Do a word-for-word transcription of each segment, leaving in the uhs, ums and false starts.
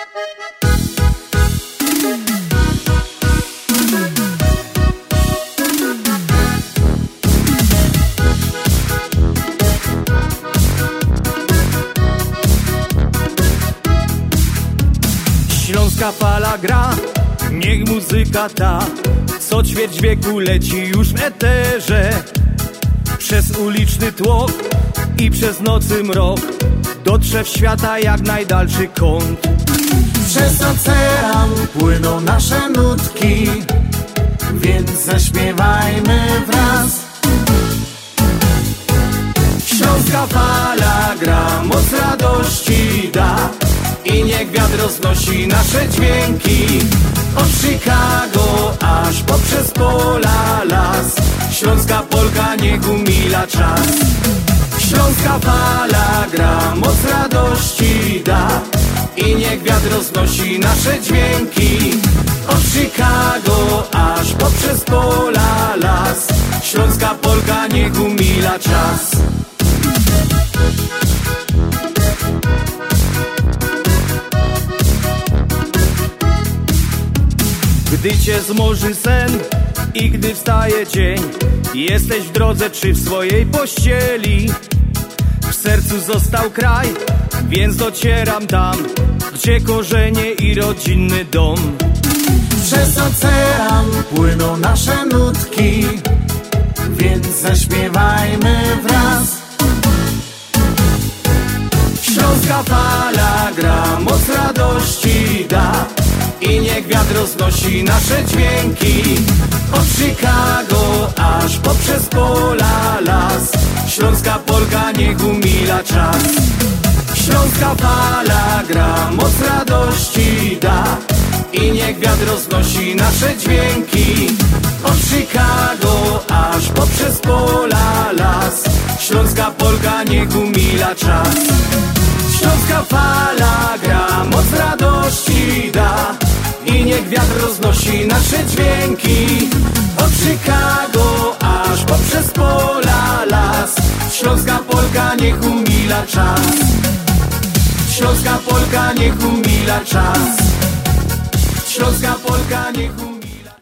Śląska fala gra, niech muzyka ta co ćwierć wieku leci już w eterze. Przez uliczny tłok i przez nocy mrok dotrze w świata jak najdalszy kąt. Przez ocean płyną nasze nutki, więc zaśpiewajmy wraz. Śląska fala gra, moc radości da i niech wiatr roznosi nasze dźwięki. Od Chicago aż poprzez pola, las, śląska polka niech umila czas. Śląska fala gra, moc radości da i niech wiatr roznosi nasze dźwięki. Od Chicago aż poprzez pola, las, śląska polka niech umila czas. Gdy cię zmoży sen i gdy wstaje dzień, jesteś w drodze czy w swojej pościeli. W sercu został kraj, więc docieram tam, gdzie korzenie i rodzinny dom. Przez ocean płyną nasze nutki, więc zaśpiewajmy wraz. Śląska fala gra, moc radości da i niech wiatr roznosi nasze dźwięki. Od Chicago aż poprzez pola, las, śląska polka niech umila czas. Śląska fala gra, moc radości da i niech wiatr roznosi nasze dźwięki. Od Chicago aż poprzez pola, las, śląska polka niech umila czas. Śląska fala gra, moc radości da i niech wiatr roznosi nasze dźwięki. Od Chicago aż poprzez pola, las, śląska polka niech umila czas. Śląska polka niech umila czas. Śląska polka niech umila czas.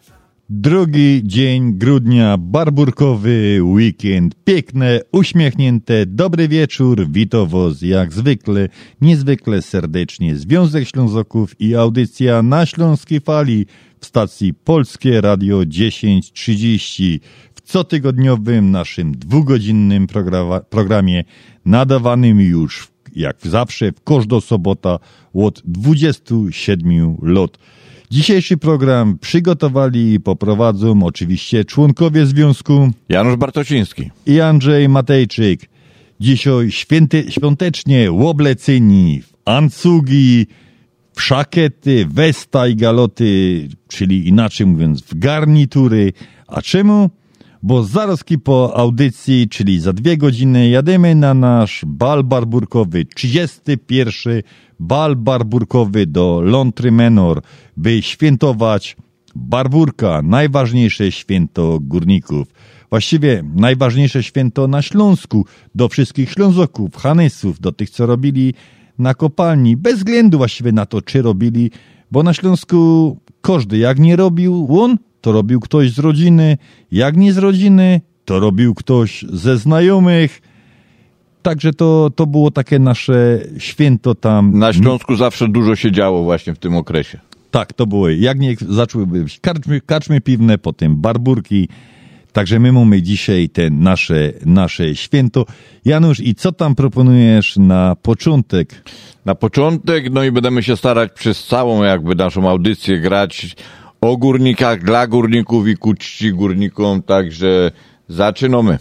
Drugi dzień grudnia, barburkowy weekend, piękne, uśmiechnięte, dobry wieczór, witam was jak zwykle, niezwykle serdecznie, Związek Ślązoków i audycja na Śląskiej Fali w stacji Polskie Radio tysiąc trzydzieści w cotygodniowym naszym dwugodzinnym programa, programie nadawanym już jak zawsze w każdą sobotę od dwudziestu siedmiu lat. Dzisiejszy program przygotowali i poprowadzą oczywiście członkowie związku Janusz Bartosiński i Andrzej Matejczyk. Dzisiaj święty, świątecznie łoblecyni w ancugi, w szakety, westa i galoty, czyli inaczej mówiąc w garnitury. A czemu? Bo zaraz po audycji, czyli za dwie godziny jademy na nasz bal barburkowy, trzydziesty pierwszy bal barburkowy do Lontry Menor, by świętować barburka, najważniejsze święto górników. Właściwie najważniejsze święto na Śląsku, do wszystkich Ślązoków, Hanysów, do tych, co robili na kopalni, bez względu właściwie na to, czy robili, bo na Śląsku każdy, jak nie robił on, to robił ktoś z rodziny, jak nie z rodziny, to robił ktoś ze znajomych. Także to, to było takie nasze święto tam. Na Śląsku zawsze dużo się działo właśnie w tym okresie. Tak, to było. Jak nie zaczęły być karczmy, karczmy piwne, potem barburki. Także my mamy dzisiaj te nasze, nasze święto. Janusz, i co tam proponujesz na początek? Na początek, no i będziemy się starać przez całą jakby naszą audycję grać o górnikach, dla górników i ku czci górnikom, także zaczynamy.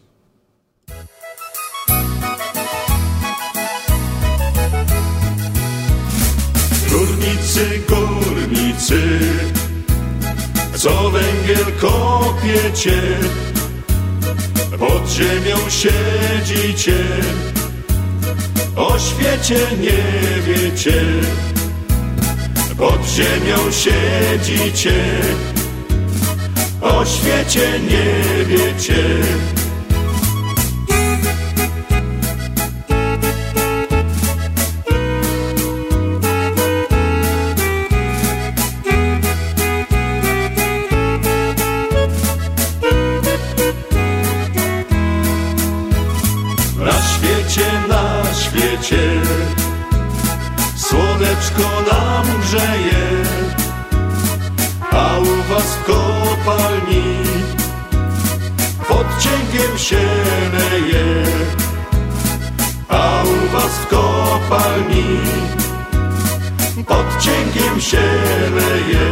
Górnicy, górnicy, co węgiel kopiecie, pod ziemią siedzicie, o świecie nie wiecie. Pod ziemią siedzicie, o świecie nie wiecie. słoneczko nam grzeje, a u was w kopalni pod cienkiem się leje, a u was w kopalni pod cienkiem się leje.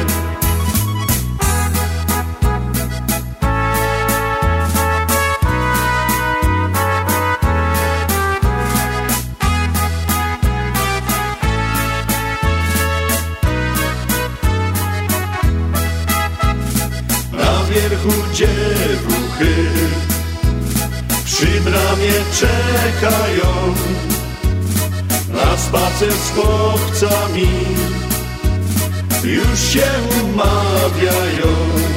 Na wierchu dziewuchy przy bramie czekają, na spacer z chłopcami już się umawiają.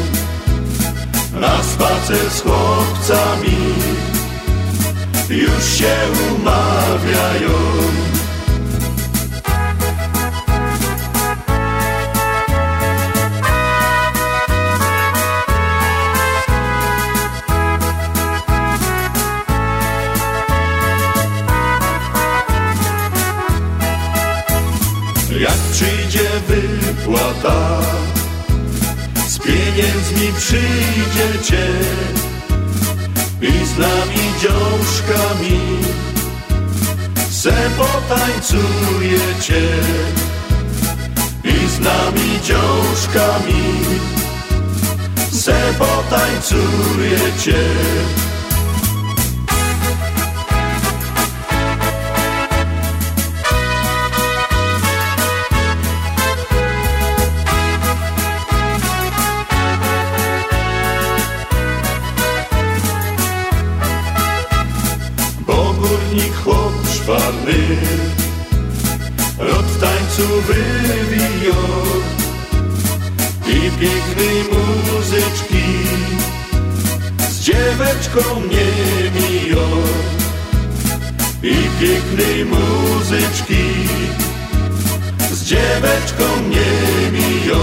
Na spacer z chłopcami już się umawiają. Jak przyjdzie wypłata, z pieniędzmi przyjdziecie i z nami dziążkami se potańcujecie, i z nami dziążkami se potańcujecie. Chłop szwarny rok w tańcu wywijo i pięknej muzyczki z dzieweczką nie mijo, i pięknej muzyczki z dzieweczką nie mijo.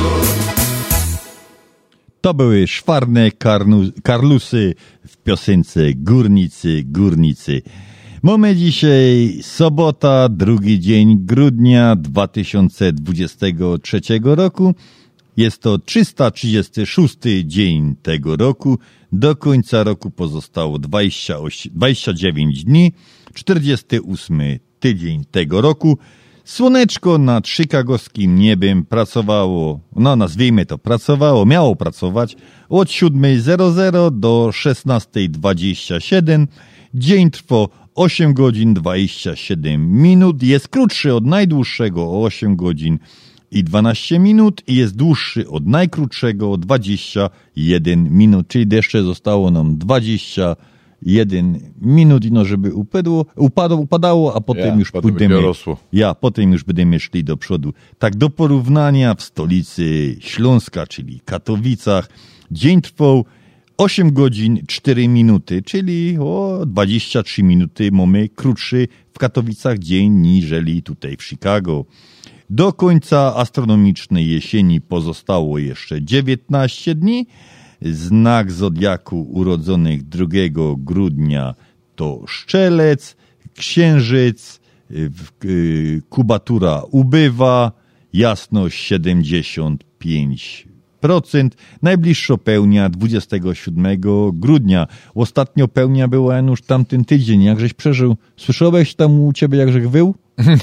To były szwarne karnu- karlusy w piosence Górnicy, Górnicy. Mamy dzisiaj sobota, drugi dzień grudnia dwa tysiące dwudziestego trzeciego roku. Jest to trzysta trzydziesty szósty dzień tego roku. Do końca roku pozostało dwadzieścia osiem, dwadzieścia dziewięć dni, czterdziesty ósmy tydzień tego roku. Słoneczko nad chicagowskim niebem pracowało, no nazwijmy to pracowało, miało pracować od siódma zero zero do szesnasta dwadzieścia siedem. Dzień trwał osiem godzin dwadzieścia siedem minut, jest krótszy od najdłuższego o osiem godzin i dwanaście minut i jest dłuższy od najkrótszego o dwadzieścia jeden minut, czyli jeszcze zostało nam dwadzieścia jeden minut, no żeby upadło, upadło, upadało, a potem ja, już potem pójdziemy. rosło. Ja, potem już będziemy szli do przodu. Tak do porównania w stolicy Śląska, czyli Katowicach, dzień trwał osiem godzin cztery minuty, czyli o dwadzieścia trzy minuty mamy krótszy w Katowicach dzień niżeli tutaj w Chicago. Do końca astronomicznej jesieni pozostało jeszcze dziewiętnaście dni. Znak zodiaku urodzonych drugiego grudnia to Strzelec, Księżyc, kubatura ubywa, jasność siedemdziesiąt pięć procent. Najbliższa pełnia dwudziestego siódmego grudnia. Ostatnio pełnia była już tamten tydzień. Jakżeś przeżył? Słyszałeś tam u ciebie, jakżeś wył?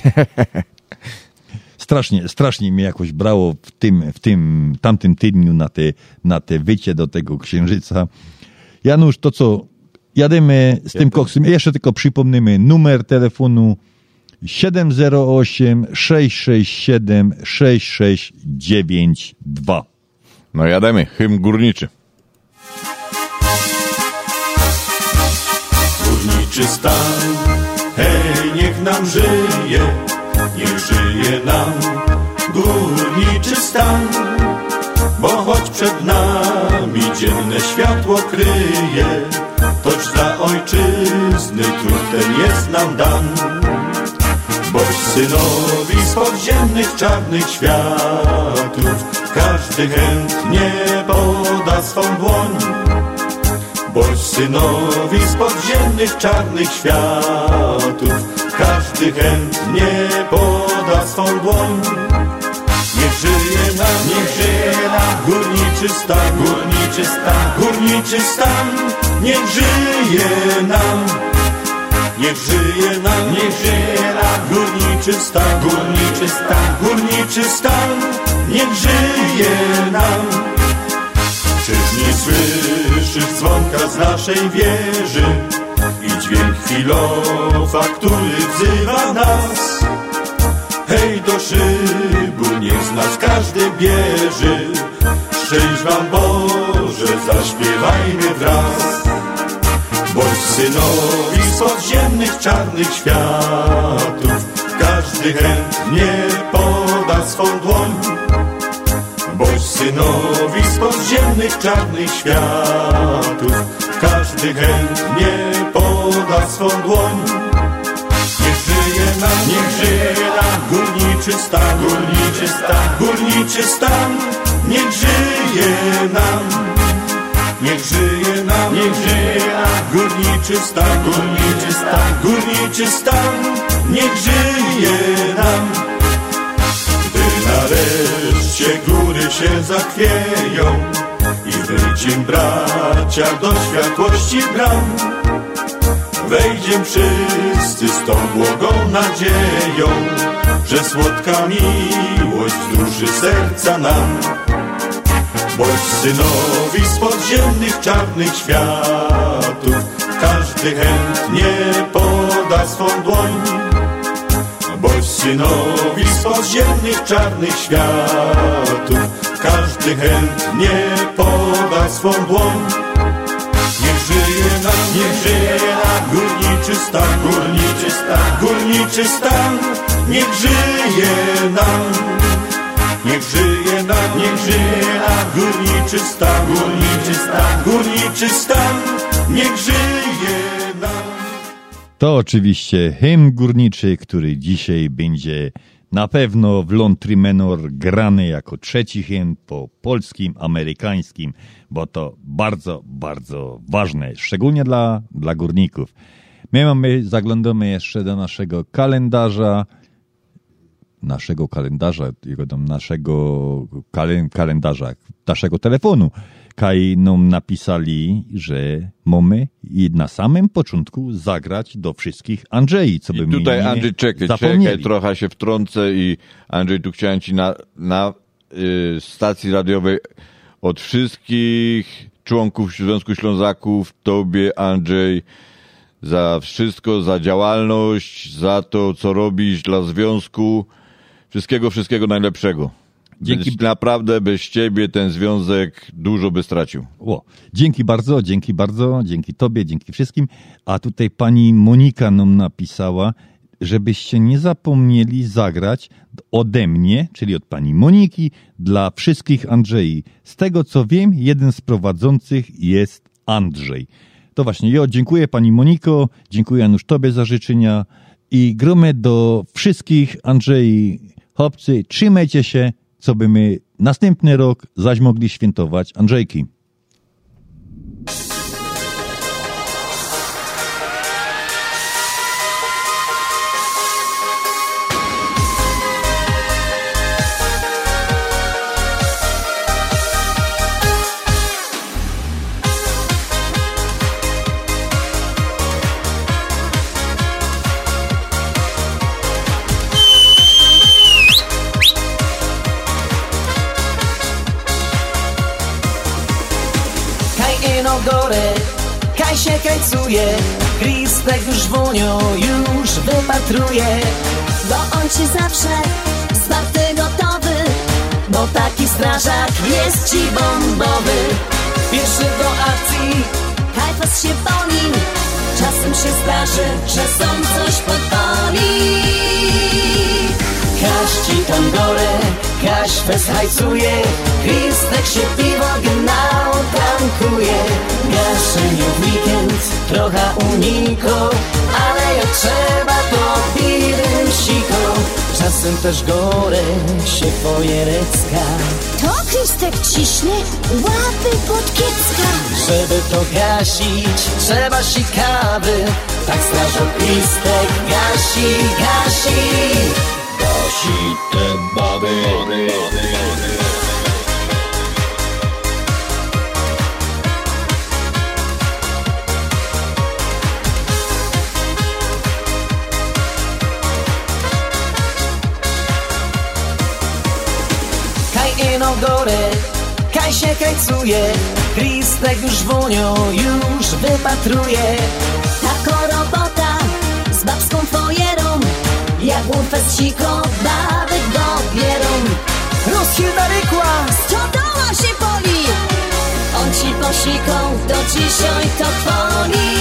Strasznie, strasznie mnie jakoś brało w tym, w tym tamtym tygodniu na te, na te wycie do tego księżyca. Janusz, to co? Jademy z tym koksem. Jeszcze tylko przypomnimy numer telefonu siedem zero osiem sześć sześć siedem sześć sześć dziewięć dwa. No jademy, hymn górniczy. Górniczy stan, hej, niech nam żyje, niech żyje nam górniczy stan, bo choć przed nami dzienne światło kryje, toć dla ojczyzny trud ten jest nam dan. Boś synowi z podziemnych czarnych światów każdy chętnie poda swą dłoń. Boś synowi z podziemnych czarnych światów każdy każdy chętnie poda swą dłoń. Niech żyje nam, niech żyje nam górniczy stan, górniczy stan, górniczy stan. Niech żyje nam, niech żyje nam, niech żyje nam górniczy stan, górniczy stan, górniczy stan. Niech żyje nam. Czyż nie słyszysz dzwonka z naszej wieży i dźwięk chwilowa, który wzywa nas? Hej, do szybu, niech z nas każdy bierze. Szczęść wam Boże, zaśpiewajmy wraz. Boś synowi z podziemnych czarnych światów każdy chętnie poda swą dłoń. Boś synowi z podziemnych czarnych światów każdy chętnie poda swą dłoń. Niech żyje nam, niech żyje nam górniczy stan, górniczy stan, górniczy stan. Niech żyje nam, niech żyje nam, niech żyje nam górniczy stan, górniczy stan, górniczy stan. Niech żyje nam. Gdy nareszcie góry się zachwieją i wyjdziem bracia do światłości bram, wejdziem wszyscy z tą błogą nadzieją, że słodka miłość wzruszy serca nam. Boś synowi z podziemnych czarnych światów każdy chętnie poda swą dłoń. Boś synowi z podziemnych czarnych światów każdy chętnie poda swą dłoń. Niech żyje nam, niech żyje nam górniczy stan, górniczy stan, górniczy stan. Niech żyje nam, niech żyje nam, niech żyje nam górniczy stan, górniczy stan, górniczy stan. Niech żyje nam. To oczywiście hymn górniczy, który dzisiaj będzie na pewno w Lontry Menor grany jako trzeci hymn po polskim, amerykańskim, bo to bardzo, bardzo ważne, szczególnie dla, dla górników. My mamy, zaglądamy jeszcze do naszego kalendarza, naszego kalendarza, jego tam naszego kalendarza, naszego telefonu. Kaj nam napisali, że mamy i na samym początku zagrać do wszystkich Andrzej, co by mi tutaj nie Andrzej, czekaj, zapomnieli. czekaj, trochę się wtrącę i Andrzej, tu chciałem ci na, na y, stacji radiowej od wszystkich członków Związku Ślązaków, tobie Andrzej, za wszystko, za działalność, za to, co robisz dla związku. Wszystkiego, wszystkiego najlepszego. Dzięki. Więc naprawdę bez ciebie ten związek dużo by stracił. O, dzięki bardzo, dzięki bardzo, dzięki tobie, dzięki wszystkim. A tutaj pani Monika nam napisała, żebyście nie zapomnieli zagrać ode mnie, czyli od pani Moniki, dla wszystkich Andrzei. Z tego co wiem, jeden z prowadzących jest Andrzej. To właśnie, ja dziękuję pani Moniko, dziękuję Janusz tobie za życzenia i gromy do wszystkich Andrzei. Chłopcy, trzymajcie się, co by my następny rok zaś mogli świętować Andrzejki. Gore, kaj się kajcuje, Kristek już wonią już wypatruje, bo on ci zawsze zwarty gotowy, bo taki strażak jest ci bombowy. Pierwszy do akcji, Kajfas się boi, czasem się zdarzy, że są coś podpali. Kaś ci tam gore, Kaś fest hajcuje, Kristek się piwo gnał, tankuje. Gaszenie w weekend, trochę uniko, ale jak trzeba to pirym siko. czasem też gore się fojerecka. To Krystek ciśnie łapy pod kiecka. Żeby to gasić, trzeba sikawy. Tak strażą Krystek gasi, gasi. Gasi te baby. Kaj ino gore, kaj się kajcuje. Krystek już wonią, już wypatruje. Tako robota z babską fojerą. Jak łupę z siko, baby go bierą. Roskilda rykła, Stodoła się boli. On ci posiką do dzisiaj to chwali.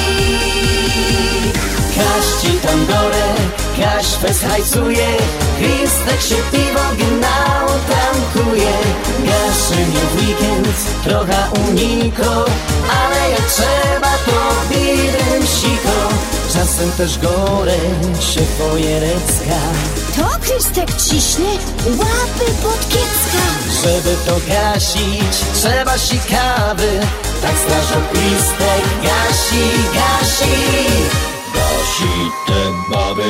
Kaś ci tam gore, Kaś fest hajcuje. Krystek się piwo gnał, tankuje. Gaszy mnie w weekend, trochę uniko. Ale jak trzeba to birem siko. Czasem też gore się fojerecka. To Krystek ciśnie łapy pod kiecka. Żeby to gasić, trzeba sikawy. Tak strażą Krystek gasi, gasi. Gasi te baby.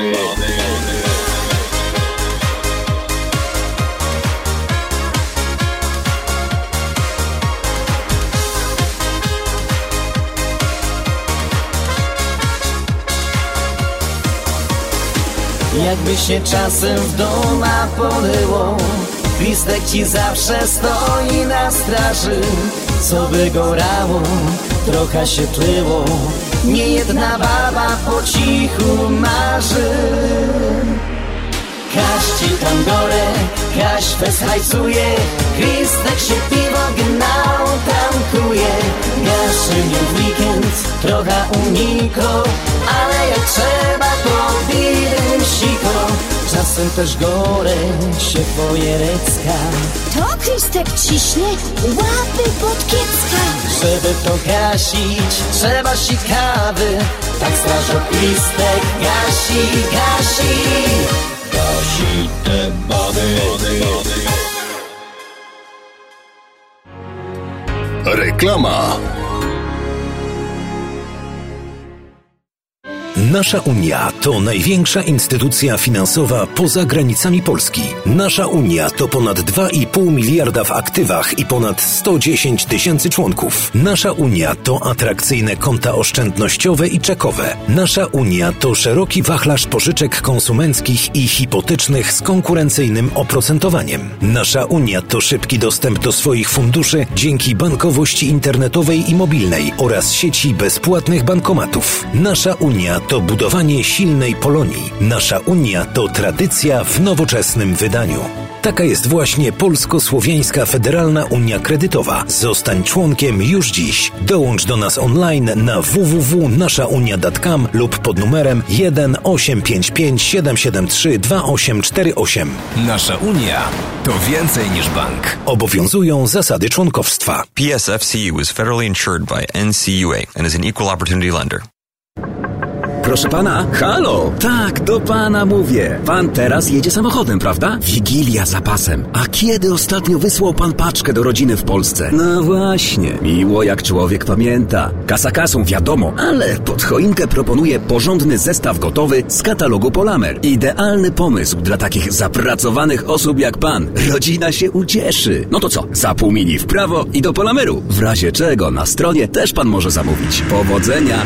Jakby się czasem w doma polyło, Krystek ci zawsze stoi na straży. Co by go rało, trochę się tlyło. Niejedna baba po cichu marzy. Kaś ci tam gore, Kaś fest hajcuje. Krystek się piwo gnał, tankuje. Gaszy mnie w weekend, trochę uniko. Ale jak trzeba to birem siko. Czasem też gore się fojerecka. To Krystek ciśnie łapy pod kiecka. Żeby to gasić, trzeba sikawy. Tak strażą Krystek gasi, gasi. Gasi te baby. Reklama. Nasza Unia to największa instytucja finansowa poza granicami Polski. Nasza Unia to ponad dwa i pół miliarda w aktywach i ponad sto dziesięć tysięcy członków. Nasza Unia to atrakcyjne konta oszczędnościowe i czekowe. Nasza Unia to szeroki wachlarz pożyczek konsumenckich i hipotecznych z konkurencyjnym oprocentowaniem. Nasza Unia to szybki dostęp do swoich funduszy dzięki bankowości internetowej i mobilnej oraz sieci bezpłatnych bankomatów. Nasza Unia to budowanie silnej Polonii. Nasza Unia to tradycja w nowoczesnym wydaniu. Taka jest właśnie Polsko-Słowiańska Federalna Unia Kredytowa. Zostań członkiem już dziś. Dołącz do nas online na w w w kropka nasza unia kropka com lub pod numerem jeden osiem pięć pięć siedem siedem trzy dwa osiem cztery osiem. Nasza Unia to więcej niż bank. Obowiązują zasady członkowstwa. P S F C U is federally insured by N C U A and is an equal opportunity lender. Proszę pana, halo! Tak, do pana mówię. Pan teraz jedzie samochodem, prawda? Wigilia za pasem. A kiedy ostatnio wysłał pan paczkę do rodziny w Polsce? No właśnie, miło jak człowiek pamięta. Kasa kasą, wiadomo, ale pod choinkę proponuję porządny zestaw gotowy z katalogu Polamer. Idealny pomysł dla takich zapracowanych osób jak pan. Rodzina się ucieszy. No to co, za pół mini w prawo i do Polameru. W razie czego na stronie też pan może zamówić. Powodzenia!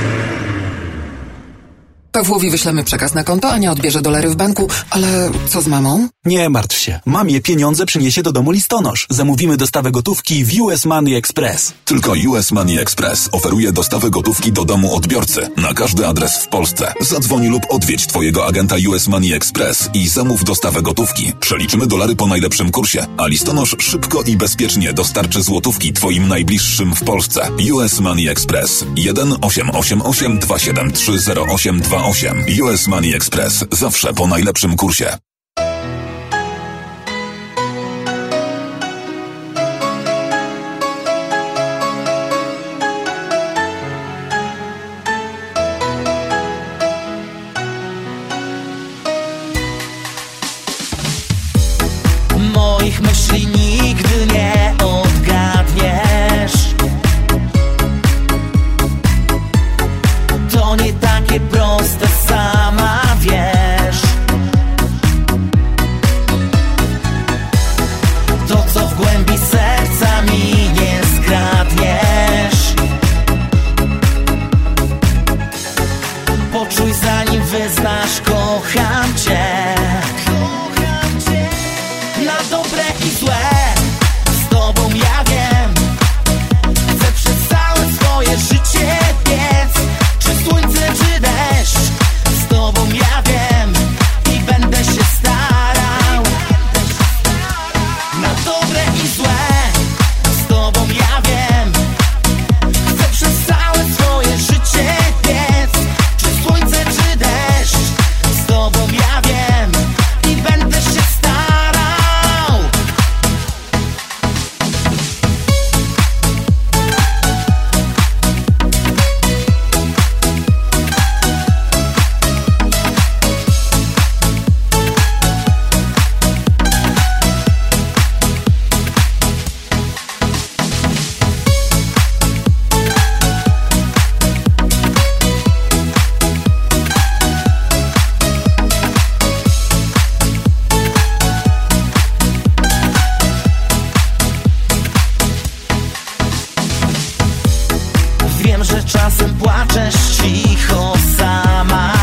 Pawłowi wyślemy przekaz na konto, Ania odbierze dolary w banku, ale co z mamą? Nie martw się. Mamie pieniądze przyniesie do domu listonosz. Zamówimy dostawę gotówki w U S Money Express. Tylko U S Money Express oferuje dostawę gotówki do domu odbiorcy na każdy adres w Polsce. Zadzwoń lub odwiedź twojego agenta U S Money Express i zamów dostawę gotówki. Przeliczymy dolary po najlepszym kursie, a listonosz szybko i bezpiecznie dostarczy złotówki twoim najbliższym w Polsce. U S Money Express jeden osiem osiem osiem dwa siedem trzy zero osiem dwa osiem. U S Money Express. Zawsze po najlepszym kursie. myśli nigdy nie odgadniesz. To nie takie proste, sama wiesz. To, co w głębi serca mi nie skradniesz. Poczuj, zanim wyznasz, kocham cię. Na dobre i złe, z tobą ja wiem. Chcę przez całe swoje życie biec. Czy słońce, czy deszcz, z tobą ja wiem. I będę się starał. Na dobre i złe, z tobą ja wiem. Chcę przez całe swoje życie biec. Czy słońce, czy deszcz, z tobą ja wiem. I będę się starał. Wiem, że czasem płaczesz cicho sama.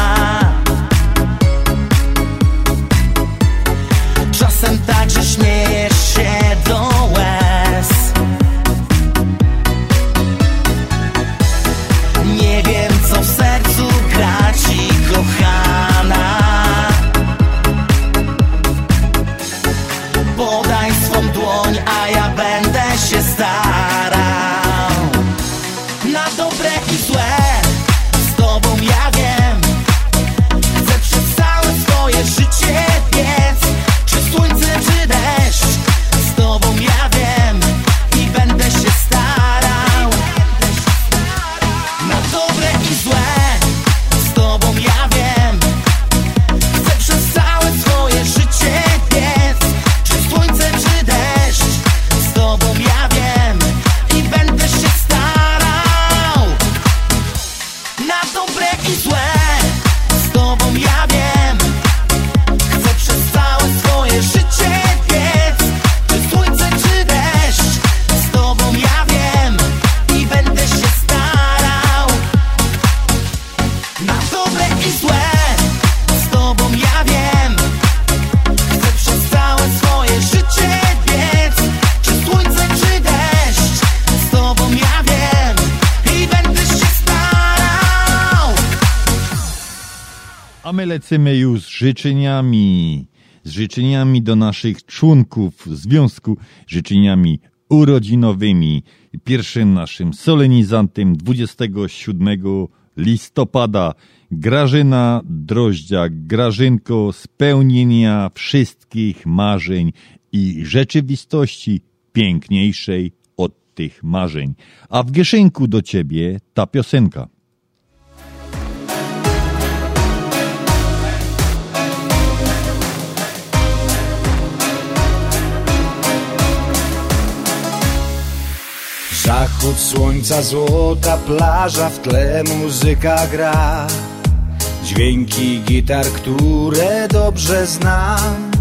Czasem także śmiejesz się do łez. Nie wiem, co w sercu gra ci, kochana. Podaj swą dłoń, a ja będę się starał. Na dobre i złe, z tobą ja wiem. Chcę przez całe swoje życie biec. Czy słońce, czy deszcz, z tobą ja wiem. I będę się starał. Na dobre i złe, z tobą ja wiem. Chcę przez całe swoje życie biec. Czy słońce, czy deszcz, z tobą ja wiem. I będę się starał. Na dobre i złe, z tobą ja wiem. Chcę przez całe swoje życie biec. Czy słońce, czy deszcz, z tobą ja wiem. I będę się starał. Na dobre i złe, z tobą ja wiem. Chcę przez całe swoje życie biec. Czy słońce, czy deszcz, z tobą ja wiem. I będę się starał. A my lecimy już z życzeniami, z życzeniami do naszych członków związku, życzeniami urodzinowymi. Pierwszym naszym solenizantem dwudziestego siódmego listopada Grażyna Droździak. Grażynko, spełnienia wszystkich marzeń i rzeczywistości piękniejszej od tych marzeń. A w kieszonku do ciebie ta piosenka. Zachód słońca, złota plaża, w tle muzyka gra. Dźwięki gitar, które dobrze znam.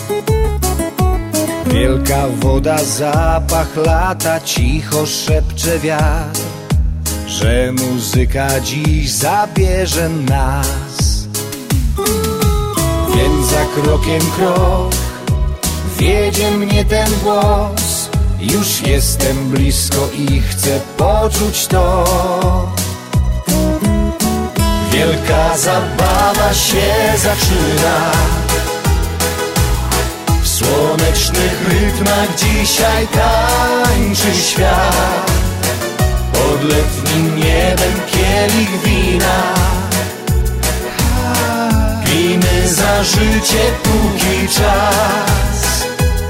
Wielka woda, zapach lata, cicho szepcze wiatr, że muzyka dziś zabierze nas. Więc za krokiem krok wiedzie mnie ten głos. Już jestem blisko i chcę poczuć to. Wielka zabawa się zaczyna. W słonecznych rytmach dzisiaj tańczy świat. Pod letnim niebem kielich wina. Pijmy za życie, póki czas.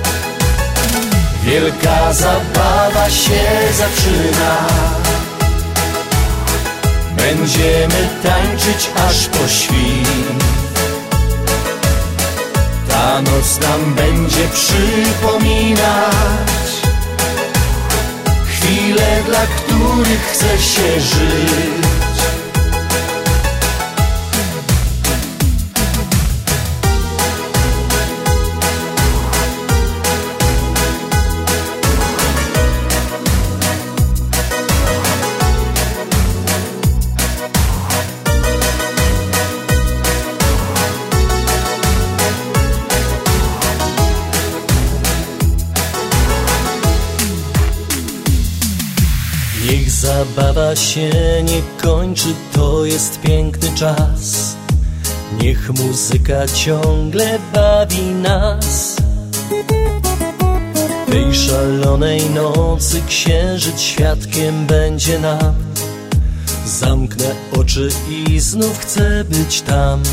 Wielka zabawa się zaczyna. Będziemy tańczyć aż po świt. Ta noc nam będzie przypominać chwile, dla których chce się żyć. Niech zabawa się nie kończy, to jest piękny czas. Niech muzyka ciągle bawi nas. Tej szalonej nocy księżyc świadkiem będzie nam. Zamknę oczy i znów chcę być tam.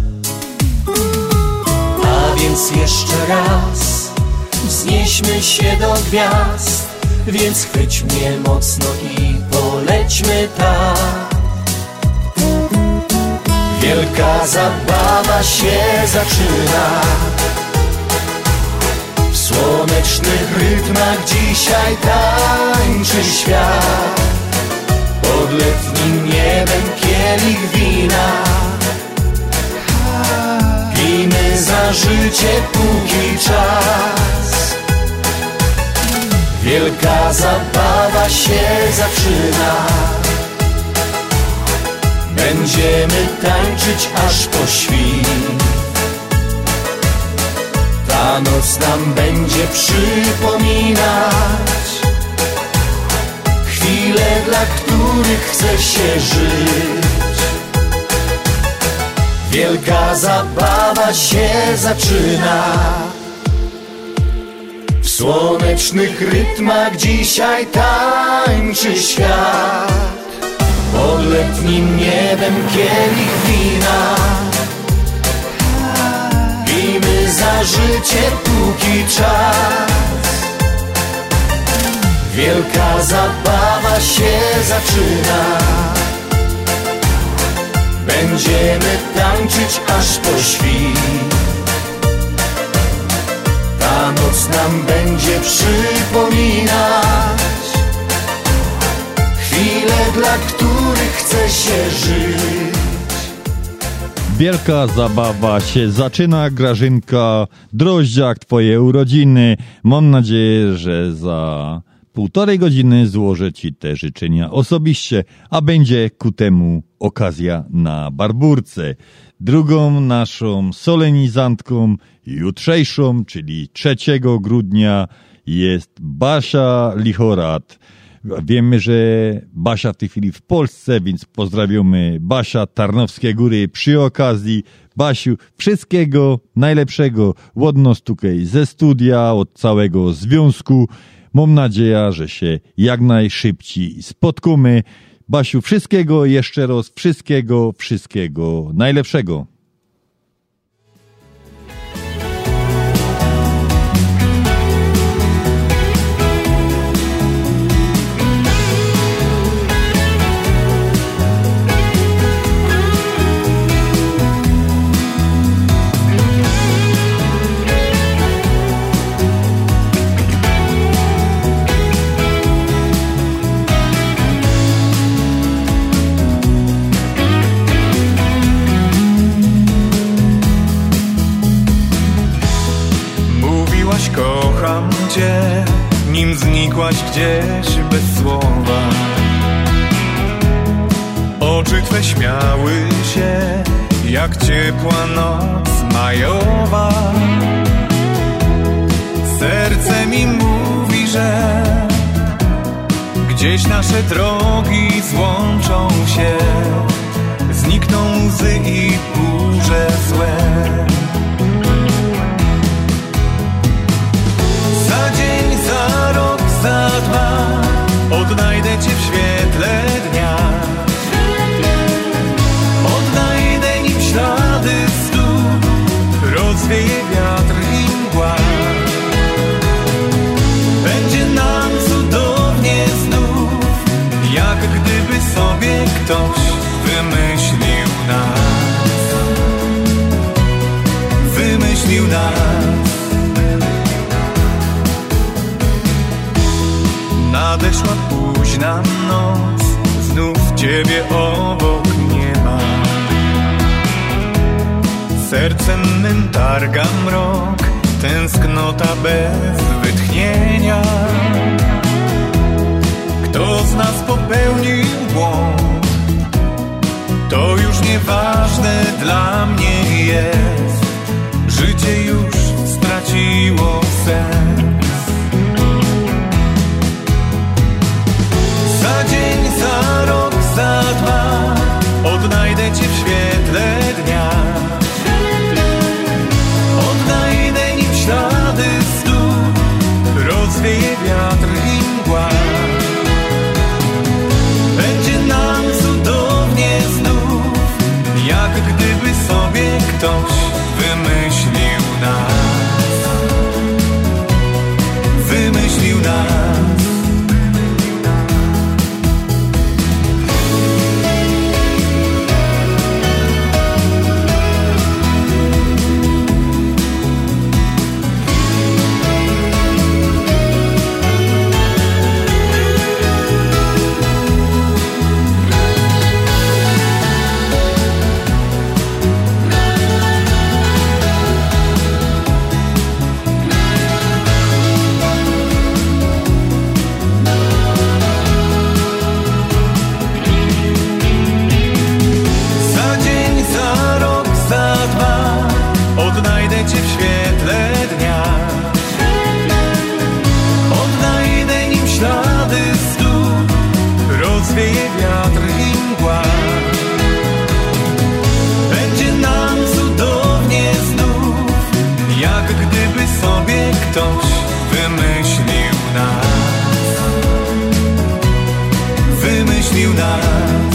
A więc jeszcze raz wznieśmy się do gwiazd. Więc chwyć mnie mocno i polećmy tak. Wielka zabawa się zaczyna. W słonecznych rytmach dzisiaj tańczy świat. Pod letnim niebem kielich wina. Pijmy za życie, póki czas. Wielka zabawa się zaczyna. Będziemy tańczyć aż po świt. Ta noc nam będzie przypominać chwile, dla których chce się żyć. Wielka zabawa się zaczyna. W słonecznych rytmach dzisiaj tańczy świat. Pod letnim niebem kielich wina. Pijmy za życie, póki czas. Wielka zabawa się zaczyna. Będziemy tańczyć aż po świt. Ta noc nam będzie przypominać chwile, dla których chce się żyć. Wielka zabawa się zaczyna, Grażynka Droździak, twoje urodziny. Mam nadzieję, że za półtorej godziny złożę ci te życzenia osobiście, a będzie ku temu okazja na Barburce. Drugą naszą solenizantką jutrzejszą, czyli trzeciego grudnia, jest Basia Lichorat. Wiemy, że Basia w tej chwili w Polsce, więc pozdrawiamy Basia, Tarnowskie Góry przy okazji. Basiu, wszystkiego najlepszego od nas tutaj ze studia, od całego związku. Mam nadzieję, że się jak najszybciej spotkamy. Basiu, wszystkiego jeszcze raz, wszystkiego, wszystkiego najlepszego. Kocham cię, nim znikłaś gdzieś bez słowa. Oczy twe śmiały się, jak ciepła noc majowa. Serce mi mówi, że gdzieś nasze drogi złączą się. Znikną łzy i burze złe. Za dzień, za rok, za dwa odnajdę cię w świetle dnia. Odnajdę nim ślady stóp, rozwieje wiatr i mgła. Będzie nam cudownie znów, jak gdyby sobie ktoś wymyślił nas. Wymyślił nas. nadeszła późna noc, znów ciebie obok nie ma. Sercem mym targa mrok, tęsknota bez wytchnienia. Kto z nas popełnił błąd, to już nieważne dla mnie jest. Życie już straciło sens. Za dzień, za rok, za dwa odnajdę cię w świetle dnia. Odnajdę nim ślady stóp, rozwieje wiatr i mgła. Będzie nam cudownie znów, jak gdyby sobie ktoś wymyślił nas. Wymyślił nas. Ktoś wymyślił nas. Wymyślił nas.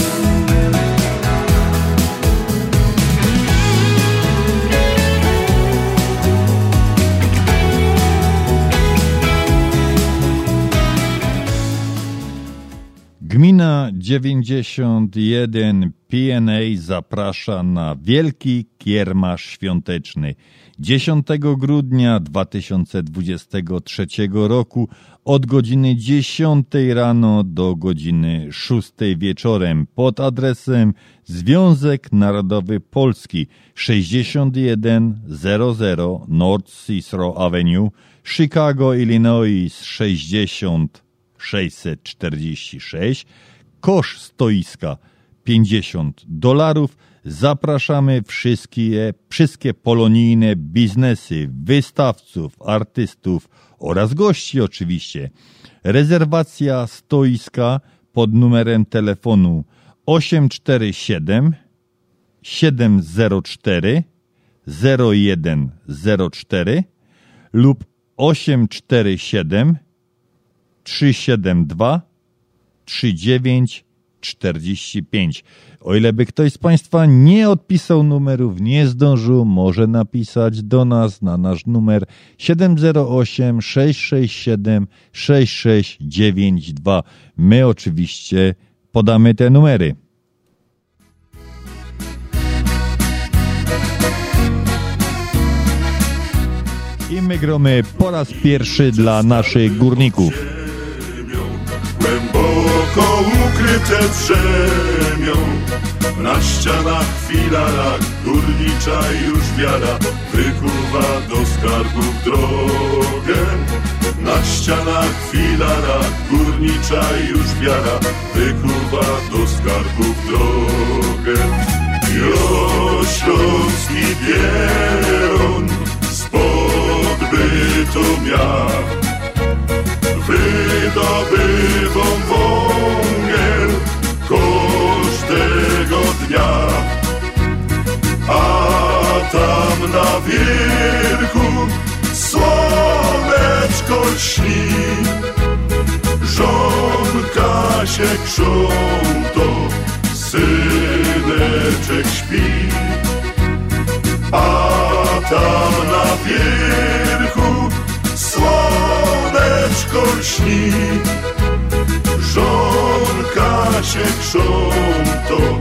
Gmina dziewięćdziesiąt jeden P N A zaprasza na wielki kiermasz świąteczny dziesiątego grudnia dwa tysiące dwudziestego trzeciego roku od godziny dziesiątej rano do godziny szóstej wieczorem pod adresem Związek Narodowy Polski sześćdziesiąt jeden zero North Cicero Avenue, Chicago, Illinois sześćdziesiąt sześćset czterdzieści sześć. Koszt stoiska pięćdziesiąt dolarów. Zapraszamy wszystkie, wszystkie polonijne biznesy, wystawców, artystów oraz gości oczywiście. Rezerwacja stoiska pod numerem telefonu osiem cztery siedem siedem zero cztery zero jeden zero cztery lub osiem cztery siedem trzy siedem dwa trzy dziewięć czterdzieści pięć. O ile by ktoś z Państwa nie odpisał numerów, nie zdążył, może napisać do nas na nasz numer siedem zero osiem sześć sześć siedem sześć sześć dziewięć dwa. My oczywiście podamy te numery. I my gromy po raz pierwszy dla naszych górników. Głęboko ukryte brzemią, na ścianach filarach górnicza już wiara wykuwa do skarbów drogę. Na ścianach filarach górnicza już wiara wykuwa do skarbów drogę. Jo śląski pieron spod Bytomia wydobywą wągiel każdego dnia, a tam na wierchu słoneczko śni. Żonka się krząto, syneczek śpi, a tam na wierchu słoneczko śni. Żonka się krząto,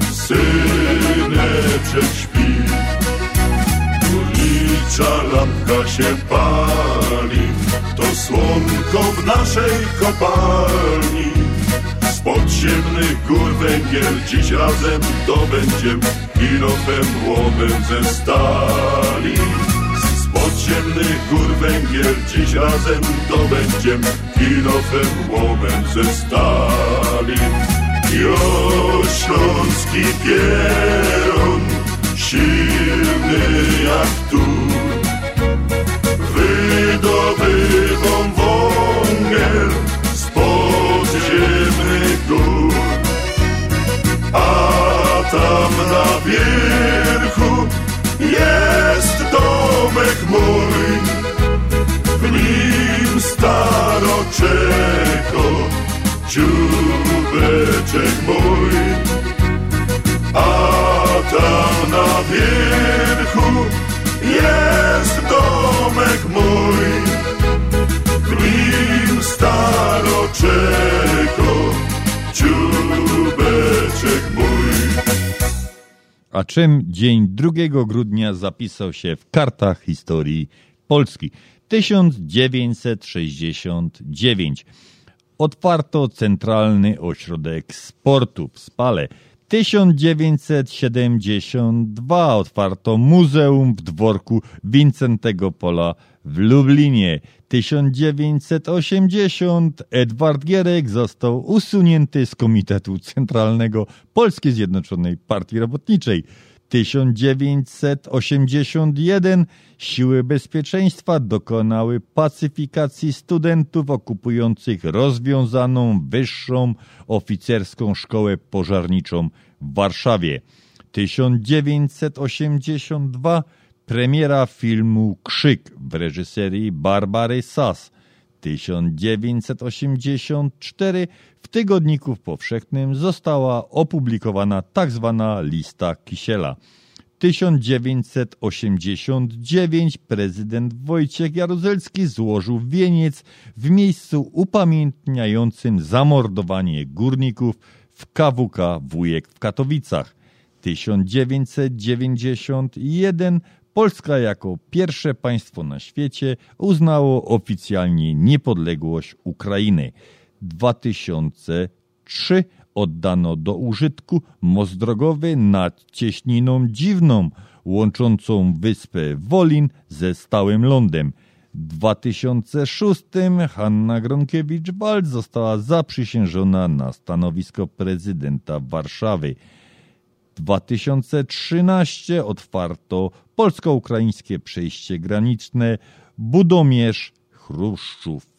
syneczek śpi. Górnicza lampka się pali, to słonko w naszej kopalni. Z podziemnych gór węgiel dziś razem dobędziem kilofem łomem ze stali. Z podziemnych gór węgiel dziś razem dobędziem kilofem łomem ze stali. Jo, śląski pieron, silny jak tu, wydobywam węgiel z podziemnych gór. A tam na wierchu jest domek mój, w nim staroczeko, dziubeczek mój. A tam na wierchu jest domek mój, w nim staroczeko, dziubeczek mój. A czym dzień drugiego grudnia zapisał się w kartach historii Polski? tysiąc dziewięćset sześćdziesiąty dziewiąty. Otwarto Centralny Ośrodek Sportu w Spale. tysiąc dziewięćset siedemdziesiąty drugi. Otwarto Muzeum w dworku Wincentego Pola w Lublinie. tysiąc dziewięćset osiemdziesiąty. Edward Gierek został usunięty z Komitetu Centralnego Polskiej Zjednoczonej Partii Robotniczej. tysiąc dziewięćset osiemdziesiąty pierwszy. Siły bezpieczeństwa dokonały pacyfikacji studentów okupujących rozwiązaną Wyższą Oficerską Szkołę Pożarniczą w Warszawie. tysiąc dziewięćset osiemdziesiąty drugi. Premiera filmu Krzyk w reżyserii Barbary Sass. tysiąc dziewięćset osiemdziesiąty czwarty. W Tygodniku Powszechnym została opublikowana tzw. lista Kisiela. tysiąc dziewięćset osiemdziesiąty dziewiąty. Prezydent Wojciech Jaruzelski złożył wieniec w miejscu upamiętniającym zamordowanie górników w K W K Wujek w Katowicach. tysiąc dziewięćset dziewięćdziesiąty pierwszy. Polska jako pierwsze państwo na świecie uznało oficjalnie niepodległość Ukrainy. dwa tysiące trzeci. Oddano do użytku most drogowy nad Cieśniną Dziwną, łączącą wyspę Wolin ze stałym lądem. W dwa tysiące szóstym. Hanna Gronkiewicz-Waltz została zaprzysiężona na stanowisko prezydenta Warszawy. dwa tysiące trzynasty. Otwarto polsko-ukraińskie przejście graniczne Budomierz-Chruszczów.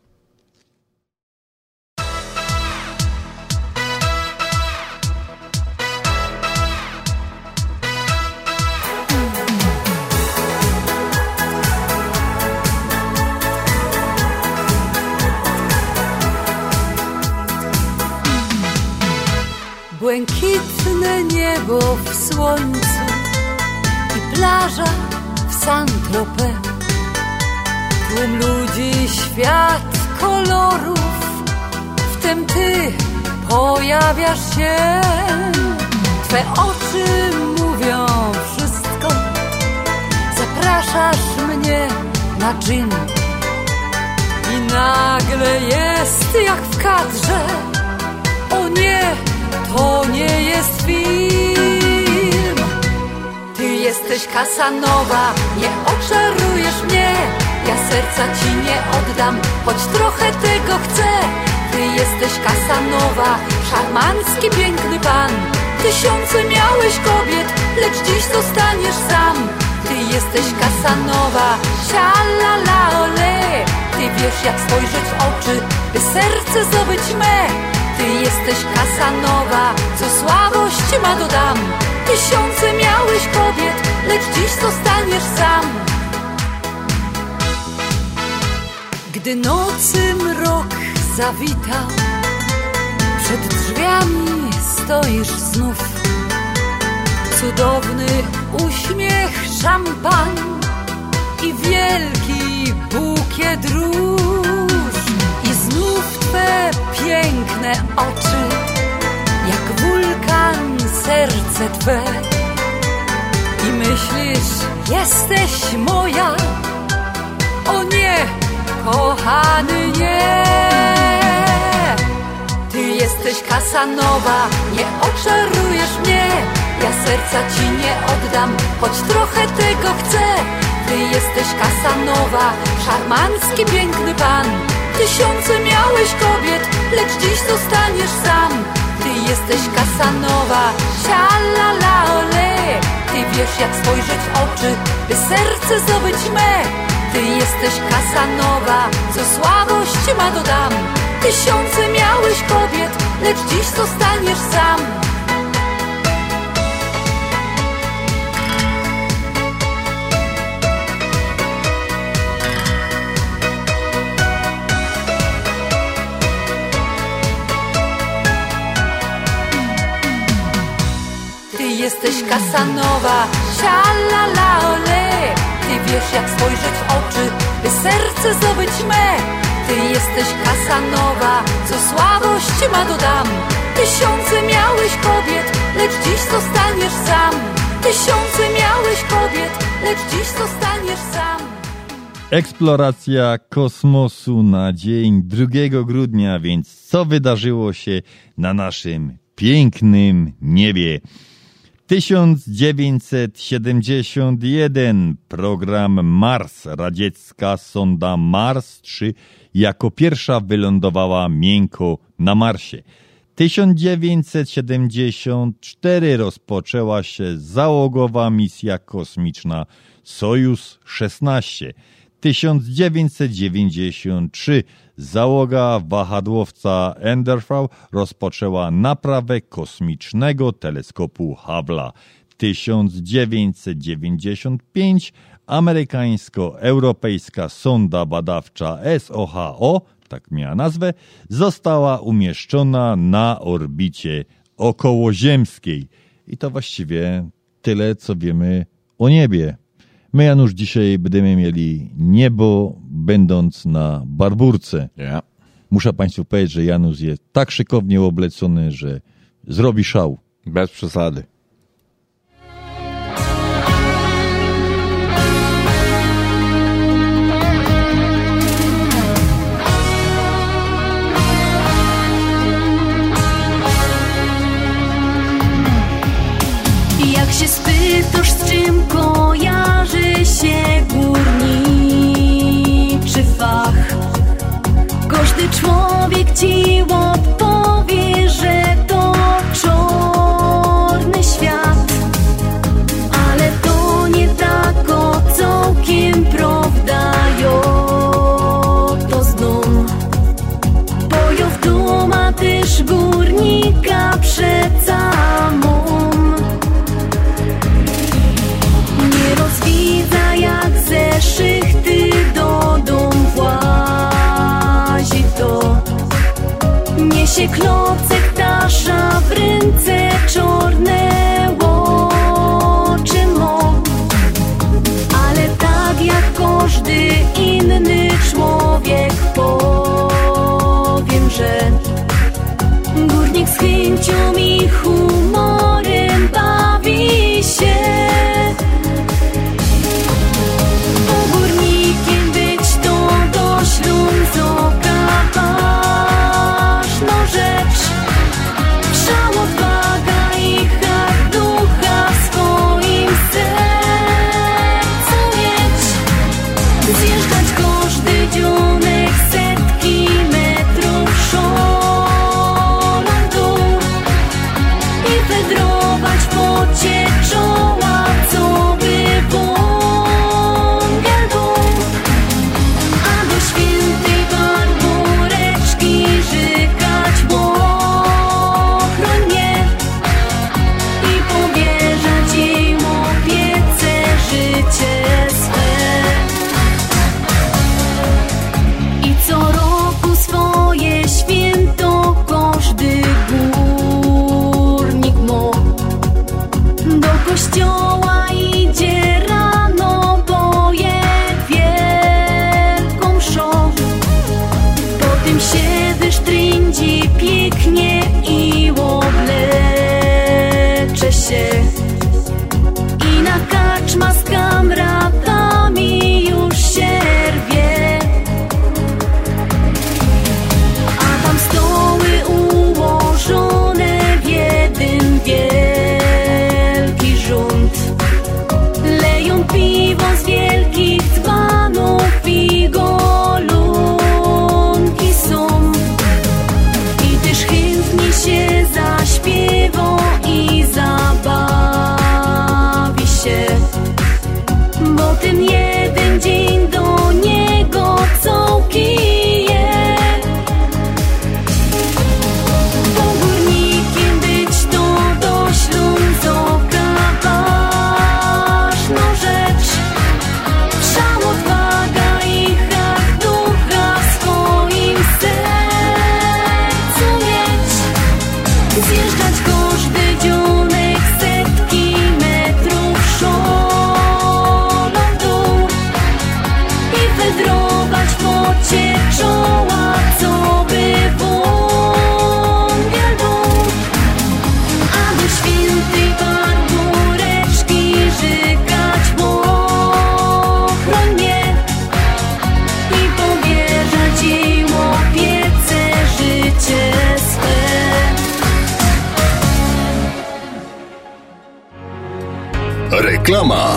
Błękitne niebo w słońcu i plaża w Saint-Tropez. Tłum ludzi, świat kolorów, wtem ty pojawiasz się. Twe oczy mówią wszystko, zapraszasz mnie na dżin. I nagle jest jak w kadrze, o nie, to nie jest film. Ty jesteś Kasanowa, nie oczarujesz mnie. Ja serca ci nie oddam, choć trochę tego chcę. Ty jesteś Kasanowa, szarmancki, piękny pan. Tysiące miałeś kobiet, lecz dziś zostaniesz sam. Ty jesteś Kasanowa, sialala ole. Ty wiesz jak spojrzeć w oczy, by serce zdobyć me. Ty jesteś Kasanowa, co słabość ma dodam. Tysiące miałeś kobiet, lecz dziś zostaniesz sam. Gdy nocy mrok zawitał, przed drzwiami stoisz znów. Cudowny uśmiech, szampan i wielki bukiet róż. I znów twe piękne oczy, jak wulkan serce twe. I myślisz, jesteś moja. O nie, kochany, nie. Ty jesteś Kasanowa, nie oczarujesz mnie. Ja serca ci nie oddam, choć trochę tego chcę. Ty jesteś Kasanowa, szarmancki, piękny pan. Tysiące miałeś kobiet, lecz dziś zostaniesz sam. Ty jesteś Kasanowa, sialala ole. Ty wiesz jak spojrzeć w oczy, by serce zdobyć me. Ty jesteś Kasanowa, co słabość ma dodam. Tysiące miałeś kobiet, lecz dziś zostaniesz sam. Ty jesteś Kasanowa, sialala ole. Ty wiesz jak spojrzeć w oczy, by serce zdobyć me. Ty jesteś Kasanowa, co słabość ma dodam. Tysiące miałeś kobiet, lecz dziś zostaniesz sam. Tysiące miałeś kobiet, lecz dziś zostaniesz sam. Eksploracja kosmosu na dzień drugiego grudnia, więc co wydarzyło się na naszym pięknym niebie? tysiąc dziewięćset siedemdziesiąty pierwszy program Mars, radziecka sonda Mars trzy jako pierwsza wylądowała miękko na Marsie. tysiąc dziewięćset siedemdziesiąty czwarty rozpoczęła się załogowa misja kosmiczna Sojus szesnaście. tysiąc dziewięćset dziewięćdziesiąty trzeci załoga wahadłowca Enderthal rozpoczęła naprawę kosmicznego teleskopu Hubble'a. tysiąc dziewięćset dziewięćdziesiąty piąty amerykańsko-europejska sonda badawcza S O H O, tak miała nazwę, została umieszczona na orbicie okołoziemskiej. I to właściwie tyle, co wiemy o niebie. My, Janusz, dzisiaj będziemy mieli niebo, będąc na Barburce. Yeah. Muszę Państwu powiedzieć, że Janusz jest tak szykownie oblecony, że zrobi szał. Bez przesady. Jak się spytasz, z czym kojarzy się górniczy fach, każdy człowiek ci odpowie, że to czarny świat. Ale to nie tak o całkiem prawda, jo, to znów. Bo jo w duma też górnika przeca mą. Rozwidza jak ze szychty do dom włazi to. Niesie klocek tasza w ręce czarne oczy mo. Ale tak jak każdy inny człowiek powiem, że górnik z chęcią i humorem bawi się. Kościoła idzie rano, bo je wielką mszą. Potem siedysz, trędzi pięknie i oblecze się. I na kaczma z kamratami już się rwie. Reklama.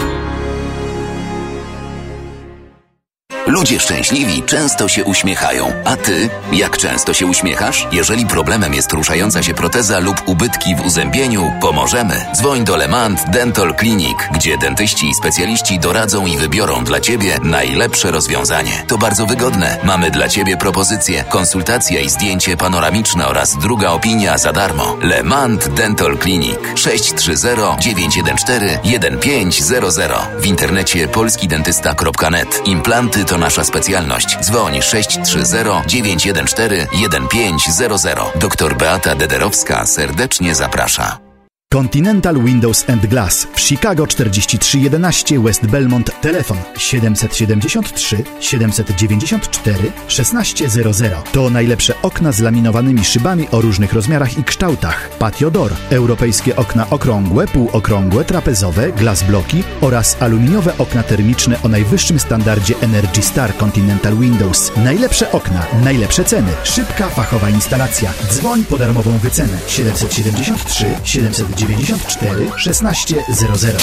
Ludzie szczęśliwi często się uśmiechają. A ty? Jak często się uśmiechasz? Jeżeli problemem jest ruszająca się proteza lub ubytki w uzębieniu, pomożemy. Dzwoń do Lemant Dental Clinic, gdzie dentyści i specjaliści doradzą i wybiorą dla ciebie najlepsze rozwiązanie. To bardzo wygodne. Mamy dla ciebie propozycję, konsultacja i zdjęcie panoramiczne oraz druga opinia za darmo. Lemant Dental Clinic sześć trzy zero dziewięć jeden cztery jeden pięć zero zero. W internecie polski dentysta kropka net. Implanty to nasza specjalność. Dzwoń sześć trzy zero dziewięć jeden cztery jeden pięć zero zero. Doktor Beata Dederowska serdecznie zaprasza. Continental Windows and Glass w Chicago czterdzieści trzy jedenaście West Belmont. Telefon siedem siedem trzy siedem dziewięć cztery szesnaście zero zero. To najlepsze okna z laminowanymi szybami o różnych rozmiarach i kształtach. Patio door, europejskie okna okrągłe, półokrągłe, trapezowe, glass bloki oraz aluminiowe okna termiczne o najwyższym standardzie Energy Star Continental Windows. Najlepsze okna, najlepsze ceny, szybka, fachowa instalacja. Dzwoń po darmową wycenę siedem siedem trzy siedem dziewięć cztery szesnaście zero zero.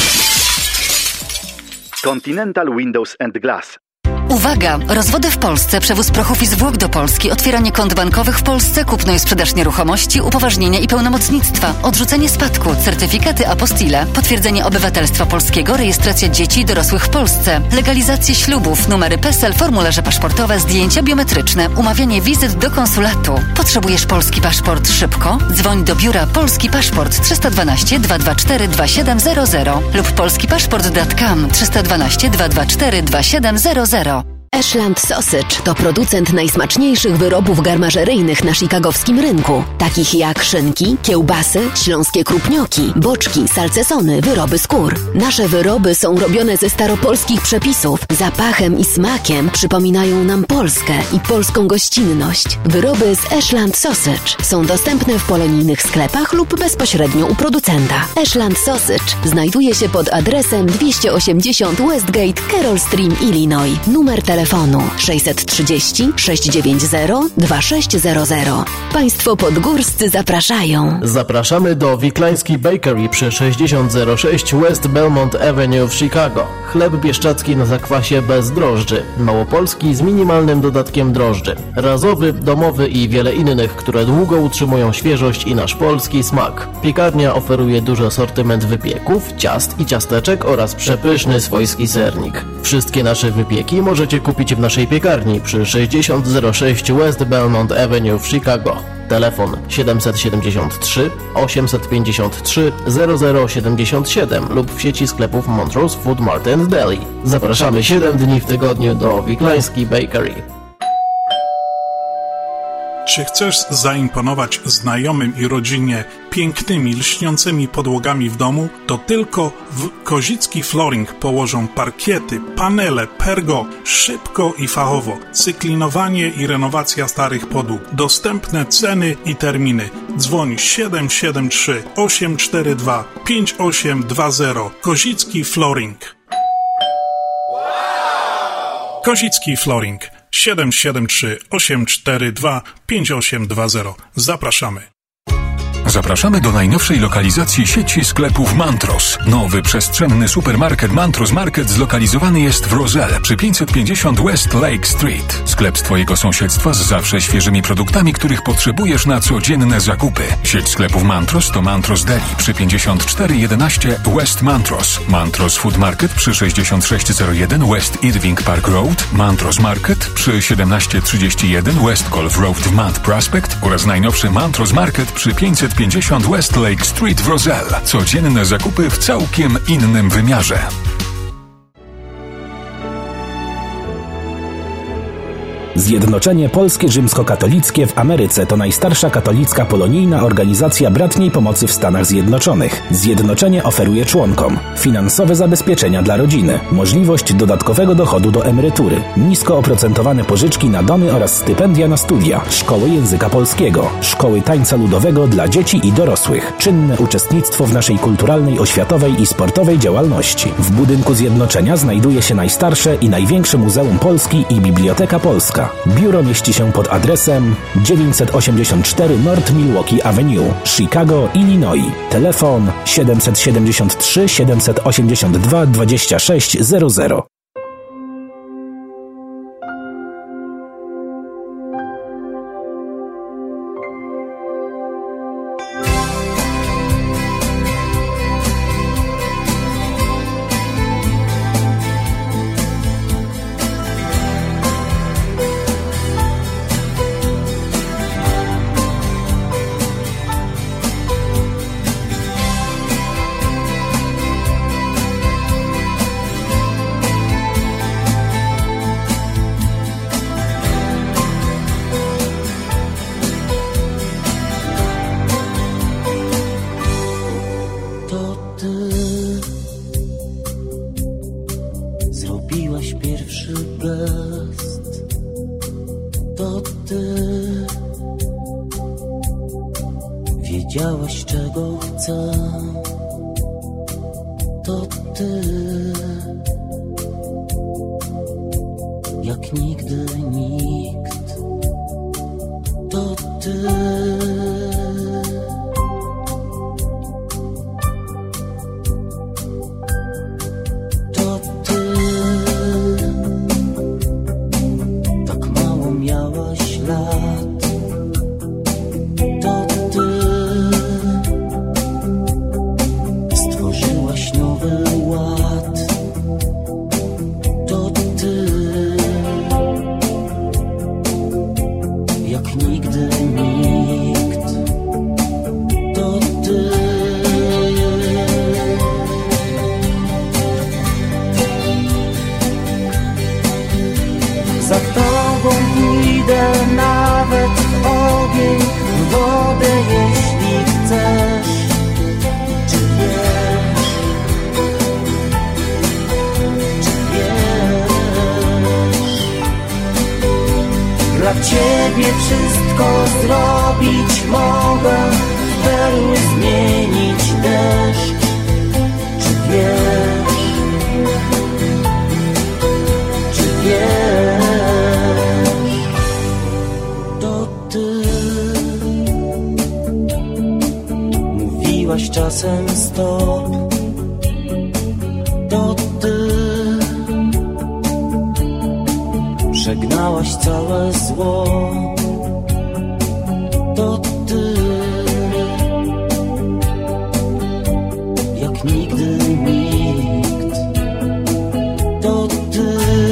Continental Windows and Glass. Uwaga! Rozwody w Polsce, przewóz prochów i zwłok do Polski, otwieranie kont bankowych w Polsce, kupno i sprzedaż nieruchomości, upoważnienia i pełnomocnictwa, odrzucenie spadku, certyfikaty apostille, potwierdzenie obywatelstwa polskiego, rejestracja dzieci i dorosłych w Polsce, legalizację ślubów, numery PESEL, formularze paszportowe, zdjęcia biometryczne, umawianie wizyt do konsulatu. Potrzebujesz polski paszport szybko? Dzwoń do biura Polski Paszport trzysta dwanaście dwa dwa cztery dwa siedem zero zero lub polski paszport kropka com trzysta dwanaście dwa dwa cztery dwa siedem zero zero. Ashland Sausage to producent najsmaczniejszych wyrobów garmażeryjnych na chicagowskim rynku, takich jak szynki, kiełbasy, śląskie krupnioki, boczki, salcesony, wyroby skór. Nasze wyroby są robione ze staropolskich przepisów. Zapachem i smakiem przypominają nam Polskę i polską gościnność. Wyroby z Ashland Sausage są dostępne w polonijnych sklepach lub bezpośrednio u producenta. Ashland Sausage znajduje się pod adresem dwieście osiemdziesiąt Westgate, Carroll Stream, Illinois. Numer telefonu Telefonu sześćset trzydzieści sześćset dziewięćdziesiąt dwa sześć zero zero. Państwo podgórscy zapraszają. Zapraszamy do Wiklański Bakery przy sześćdziesiąt zero sześć West Belmont Avenue w Chicago. Chleb bieszczacki na zakwasie bez drożdży. Małopolski z minimalnym dodatkiem drożdży. Razowy, domowy i wiele innych, które długo utrzymują świeżość i nasz polski smak. Piekarnia oferuje duży asortyment wypieków, ciast i ciasteczek oraz przepyszny swojski sernik. Wszystkie nasze wypieki możecie kupić w naszej piekarni przy sześćdziesiąt zero sześć West Belmont Avenue w Chicago. Telefon siedem siedem trzy osiem pięć trzy zero zero siedem siedem lub w sieci sklepów Montrose Food Mart and Deli. Zapraszamy siedem dni w tygodniu do Wiklański Bakery. Czy chcesz zaimponować znajomym i rodzinie pięknymi, lśniącymi podłogami w domu? To tylko w Kozicki Flooring położą parkiety, panele, pergo, szybko i fachowo. Cyklinowanie i renowacja starych podłóg. Dostępne ceny i terminy. Dzwoń siedem siedem trzy osiem cztery dwa pięć osiem dwa zero. Kozicki Flooring. Kozicki Flooring. siedem siedem trzy osiem cztery dwa pięć osiem dwa zero. Zapraszamy. Zapraszamy do najnowszej lokalizacji sieci sklepów Mantros. Nowy przestrzenny supermarket Mantros Market zlokalizowany jest w Roselle przy pięćset pięćdziesiąt West Lake Street. Sklep z twojego sąsiedztwa z zawsze świeżymi produktami, których potrzebujesz na codzienne zakupy. Sieć sklepów Mantros to Mantros Deli przy pięćdziesiąt cztery jedenaście West Mantros. Mantros Food Market przy sześćdziesiąt sześć zero jeden West Irving Park Road. Mantros Market przy siedemnaście trzydzieści jeden West Golf Road w Mount Prospect oraz najnowszy Mantros Market przy pięćset pięćdziesiąt West Lake Street w Roselle. Codzienne zakupy w całkiem innym wymiarze. Zjednoczenie Polskie Rzymskokatolickie w Ameryce to najstarsza katolicka polonijna organizacja bratniej pomocy w Stanach Zjednoczonych. Zjednoczenie oferuje członkom finansowe zabezpieczenia dla rodziny, możliwość dodatkowego dochodu do emerytury, nisko oprocentowane pożyczki na domy oraz stypendia na studia, szkoły języka polskiego, szkoły tańca ludowego dla dzieci i dorosłych, czynne uczestnictwo w naszej kulturalnej, oświatowej i sportowej działalności. W budynku Zjednoczenia znajduje się najstarsze i największe Muzeum Polski i Biblioteka Polska. Polska. Biuro mieści się pod adresem dziewięćset osiemdziesiąt cztery North Milwaukee Avenue, Chicago, Illinois. Telefon siedem siedem trzy siedem osiem dwa dwa sześć zero zero. Wiedziałaś, czego chcę, to ty, jak nigdy nikt, to ty. To ty, tak mało miałaś lat, to ty stworzyłaś nowy ład, to ty, jak nigdy nikt, to ty. Za tobą pójdę nawet w ogień, w wodę, jeśli chcesz. Czy wiesz, czy wiesz, dla ciebie wszystko zrobić mogę, w perły zmienić deszcz. Czy wiesz, czy wiesz, to ty mówiłaś czasem stop, to ty żegnałaś całe zło, to ty, jak nigdy nikt, to ty.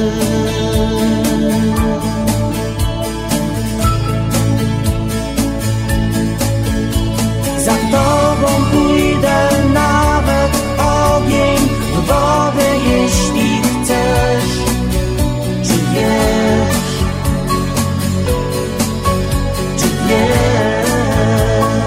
Za tobą pójdę nawet w ogień, w wodę, jeśli chcesz. Czy wiesz, czy wiesz,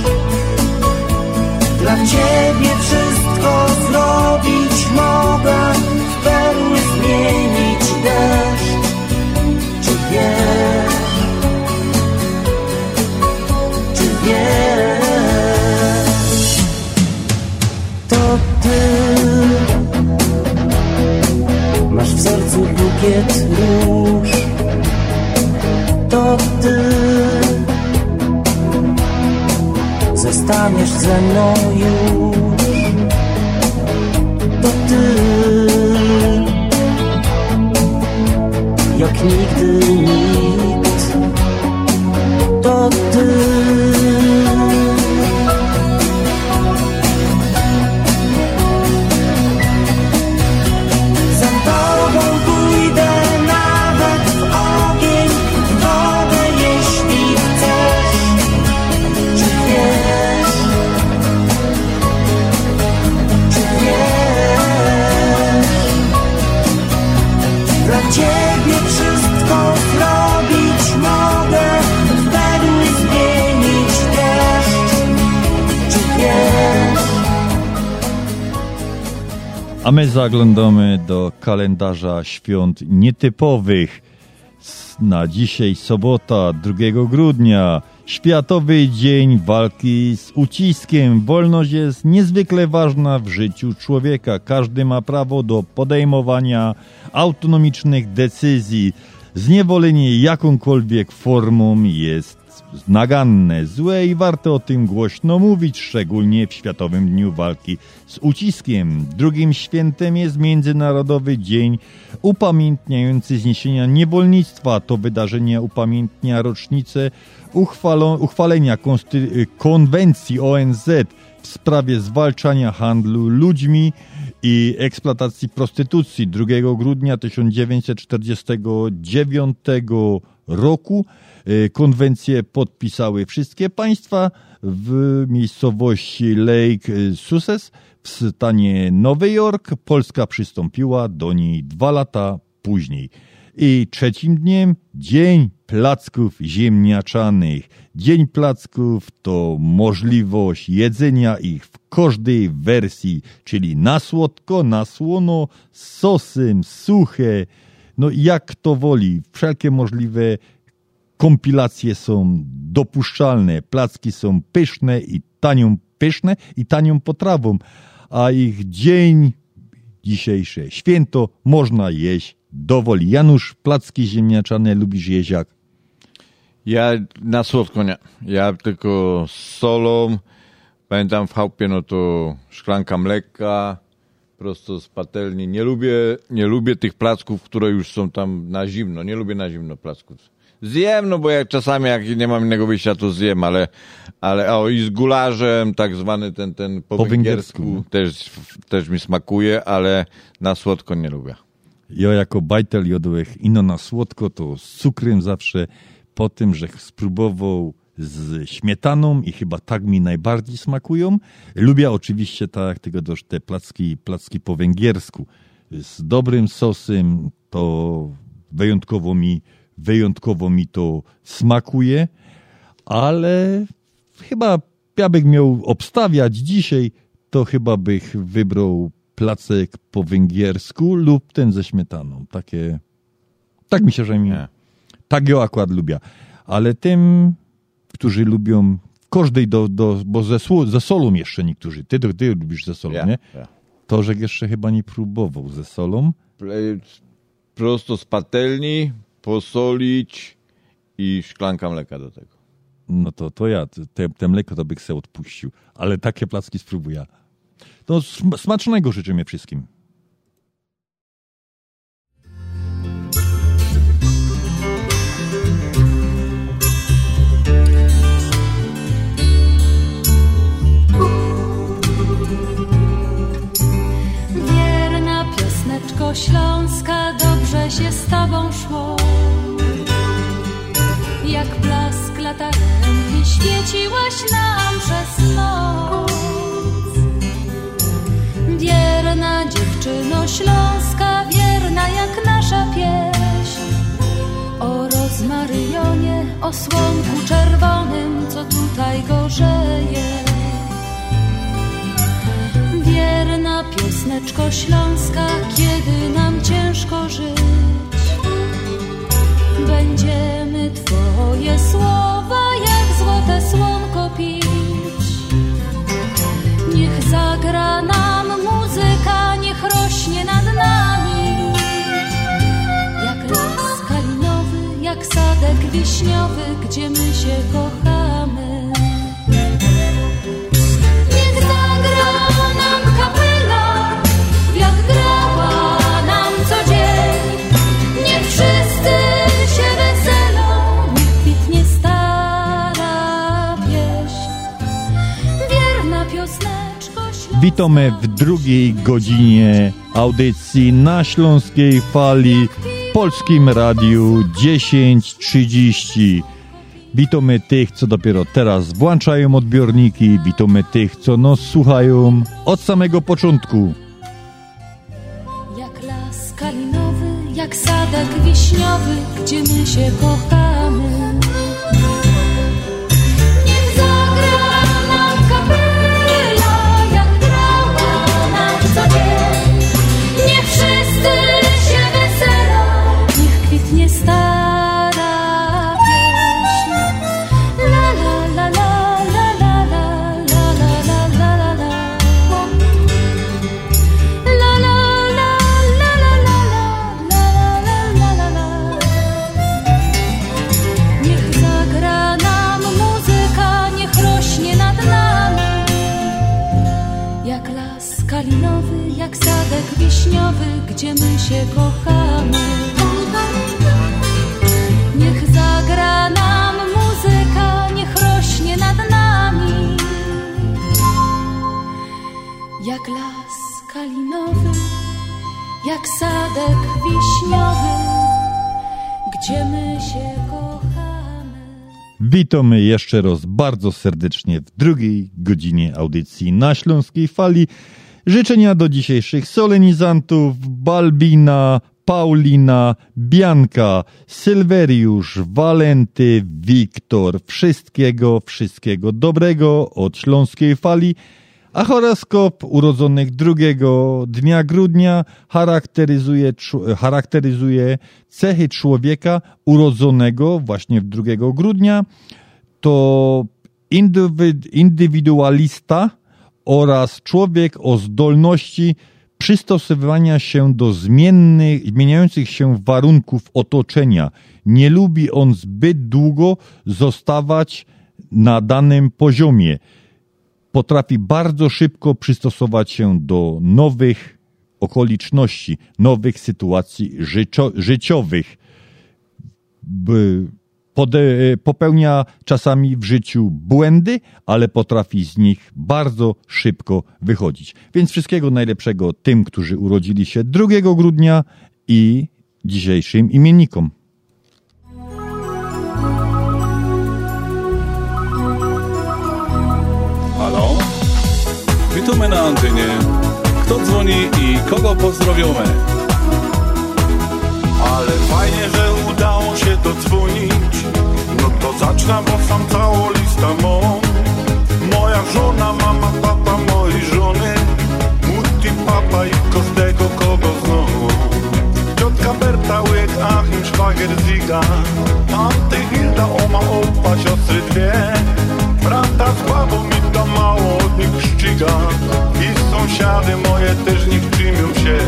dla ciebie wszystko zrobić mogę, w perły zmienić deszcz. Czy wiesz, czy wiesz, to ty masz w sercu bukiet róż, to ty zostaniesz ze mną już, to ty, jak nigdy nikt, to ty. Za tobą pójdę nawet w ogień, w wodę, jeśli chcesz. Czy wiesz, czy wiesz, dla ciebie wszystko zrobić mogę, w perły zmienić deszcz. Czy wiesz. A my zaglądamy do kalendarza świąt nietypowych. Na dzisiaj sobota, drugiego grudnia, Światowy Dzień Walki z Uciskiem. Wolność jest niezwykle ważna w życiu człowieka. Każdy ma prawo do podejmowania autonomicznych decyzji. Zniewolenie jakąkolwiek formą jest naganne, złe i warto o tym głośno mówić, szczególnie w Światowym Dniu Walki z Uciskiem. Drugim świętem jest Międzynarodowy Dzień upamiętniający zniesienia niewolnictwa. To wydarzenie upamiętnia rocznicę uchwalo- uchwalenia konsty- konwencji O N Z w sprawie zwalczania handlu ludźmi i eksploatacji prostytucji drugiego grudnia tysiąc dziewięćset czterdziestego dziewiątego roku. Konwencję podpisały wszystkie państwa w miejscowości Lake Sussex w stanie Nowy Jork. Polska przystąpiła do niej dwa lata później. I trzecim dniem Dzień Placków Ziemniaczanych. Dzień placków to możliwość jedzenia ich w każdej wersji, czyli na słodko, na słono, z sosem, suche, no jak kto woli. Wszelkie możliwe kompilacje są dopuszczalne. Placki są pyszne i tanią pyszne i tanią potrawą, a ich dzień dzisiejsze święto można jeść dowoli. Janusz, placki ziemniaczane lubisz jeść jak? Ja na słodko nie. Ja tylko z solą. Pamiętam w chałupie, no to szklanka mleka prosto z patelni. Nie lubię, nie lubię tych placków, które już są tam na zimno. Nie lubię na zimno placków. Zjem, no bo jak czasami jak nie mam innego wyjścia, to zjem, ale, ale o, i z gularzem, tak zwany ten, ten po, po węgiersku, węgiersku też, też mi smakuje, ale na słodko nie lubię. Ja jako bajtel jodłych ino na słodko, to z cukrem zawsze, po tym, że spróbował z śmietaną i chyba tak mi najbardziej smakują. Lubię oczywiście tak, tylko też te placki, placki po węgiersku. Z dobrym sosem to wyjątkowo mi, wyjątkowo mi to smakuje, ale chyba ja bym miał obstawiać dzisiaj, to chyba bych wybrał placek po węgiersku lub ten ze śmietaną. Takie, tak mi się, że mi, nie. Tak ja akurat lubię. Ale tym, którzy lubią w każdej, do, do, bo ze, ze solą jeszcze niektórzy, ty, ty lubisz ze solą, ja, nie? Ja. To, że jeszcze chyba nie próbował ze solą. Prosto z patelni, posolić i szklanka mleka do tego. No to, to ja, te, te mleko to bych sobie odpuścił, ale takie placki spróbuję. To smacznego życzymy wszystkim. Wierna piosneczko śląska, dobrze się z tobą szło. Jak blask latarenki świeciłaś nam przez noc. Wierna dziewczyno śląska, wierna jak nasza pieśń. O rozmaryjonie, o słonku czerwonym, co tutaj gorzeje. Wierna piosneczko śląska, kiedy nam ciężko żyć, będziemy twoje słowa jak złote słonko pić. Niech zagra nam muzyka, niech rośnie nad nami. Jak las kalinowy, jak sadek wiśniowy, gdzie my się kochamy. Niech zagra nam kapela, jak grała nam co dzień. Niech wszyscy się weselą, niech kwitnie stara pieśń. Wierna piosneczko śląska. Witamy w drugiej godzinie audycji na Śląskiej Fali w Polskim Radiu dziesięć trzydzieści. Witamy tych, co dopiero teraz włączają odbiorniki. Witamy tych, co nas słuchają od samego początku. Jak las kalinowy, jak sadek wiśniowy, gdzie my się kochamy. Niech zagra nam kapela, jak grała nam co dzień. Niech wszyscy się weselą, niech kwitnie stara pieśń. La la la la la la la la la la la la. La la la la la la la la la la la. wiśniowy, gdzie my się kochamy. Niech zagra nam muzyka, niech rośnie nad nami jak las kalinowy, jak sadek wiśniowy, gdzie my się kochamy. Witamy jeszcze raz bardzo serdecznie w drugiej godzinie audycji na Śląskiej Fali. Życzenia do dzisiejszych solenizantów: Balbina, Paulina, Bianka, Sylweriusz, Walenty, Wiktor. Wszystkiego, wszystkiego dobrego od Śląskiej Fali. A horoskop urodzonych drugiego dnia grudnia charakteryzuje, charakteryzuje cechy człowieka urodzonego właśnie drugiego grudnia. To indywidualista oraz człowiek o zdolności przystosowywania się do zmiennych, zmieniających się warunków otoczenia. Nie lubi on zbyt długo zostawać na danym poziomie. Potrafi bardzo szybko przystosować się do nowych okoliczności, nowych sytuacji życio- życiowych. Pode- popełnia czasami w życiu błędy, ale potrafi z nich bardzo szybko wychodzić. Więc wszystkiego najlepszego tym, którzy urodzili się drugiego grudnia i dzisiejszym imiennikom. Halo? Witamy na antenie. Kto dzwoni i kogo pozdrowiamy? Ale fajnie, że udało się dodzwonić. No to zacznę, bo sam całą listę mam. Moja żona, mama, papa mojej żony, mutti, papa i każdego, kogo znowu. Ciotka Berta, łyk, Achim, szwagier, Ziga, tanty Hilda, oma, opa, siostry dwie. Brata z babą mi to mało od nich szczyga. I sąsiady moje też nich czymią się.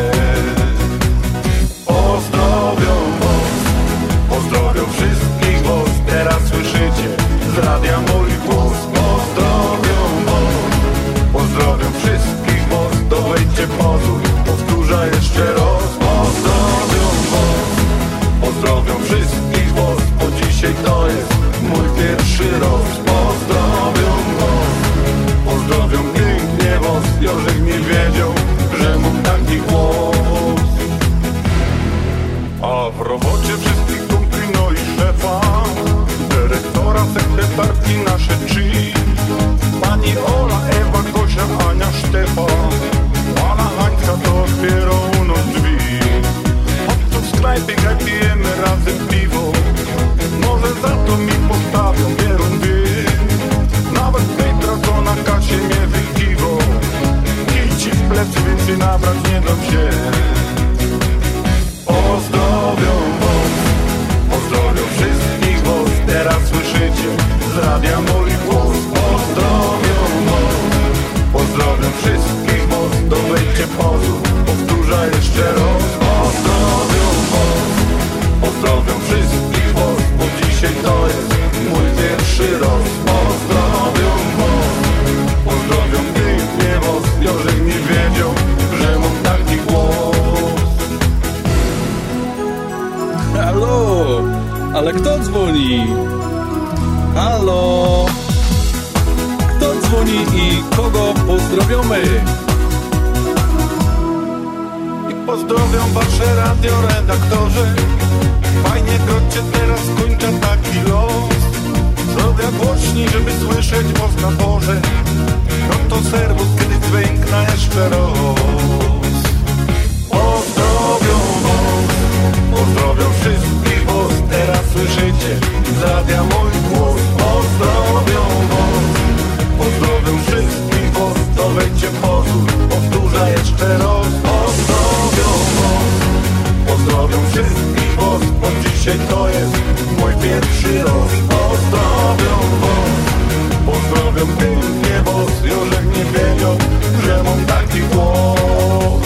Pozdrowią was, pozdrowią wszystkich was. Teraz słyszycie z radia mój głos. Pozdrowią was, pozdrowią wszystkich was. Dowejdźcie pozór, powtórzę jeszcze raz. Pozdrowią was, pozdrowią wszystkich was. Bo dzisiaj to jest mój pierwszy raz. Pozdrowią was, pozdrowią pięknie was. Jorzek nie wiedział, że mam taki głos. A w robocie wszystkich kumpli, no i szefa, dyrektora, sekretarki, nasze trzy. Pani Ola, Ewa, Gosia, Ania, Sztefan, pana Hańka to otwierał u nas drzwi. Chodź tu w sklepie, jak pijemy razem piwo. Może za to mi postawią bierundy. Nawet Petra, co na kasie mnie wykiwo. Kij ci w plecy, więcej nabrać nie dam się. Pozdrowią was, pozdrowią wszystkich was. Teraz słyszycie z radia mój głos. Pozdrowią was, pozdrowią wszystkich was. Dowejdźcie pozór, powtórzę jeszcze raz. Pozdrowią was, pozdrowią wszystkich was. Bo dzisiaj to jest mój pierwszy raz. Pozdrowią was, pozdrowią pięknie was. Jorzek nie wiedział, że mam taki głos. Halo, ale kto dzwoni? Halo, kto dzwoni i kogo pozdrowiamy? I pozdrowią wasze radioredaktorzy. Fajnie grocie teraz kończę taki los. Zrobię głośniej, żeby słyszeć was na porze. No to serwus, kiedy dźwiękna jeszcze raz. Pozdrowią was, pozdrowią wszystkich was. Teraz słyszycie z radia mój głos. Pozdrowią was, pozdrowią wszystkich was. Dowejdźcie pozór, powtórzę jeszcze raz. Pozdrowią was, pozdrowią wszystkich was. Bo dzisiaj to jest mój pierwszy raz. Pozdrowią was, pozdrowią pięknie was. Jorzek nie wiedział, że mam taki głos.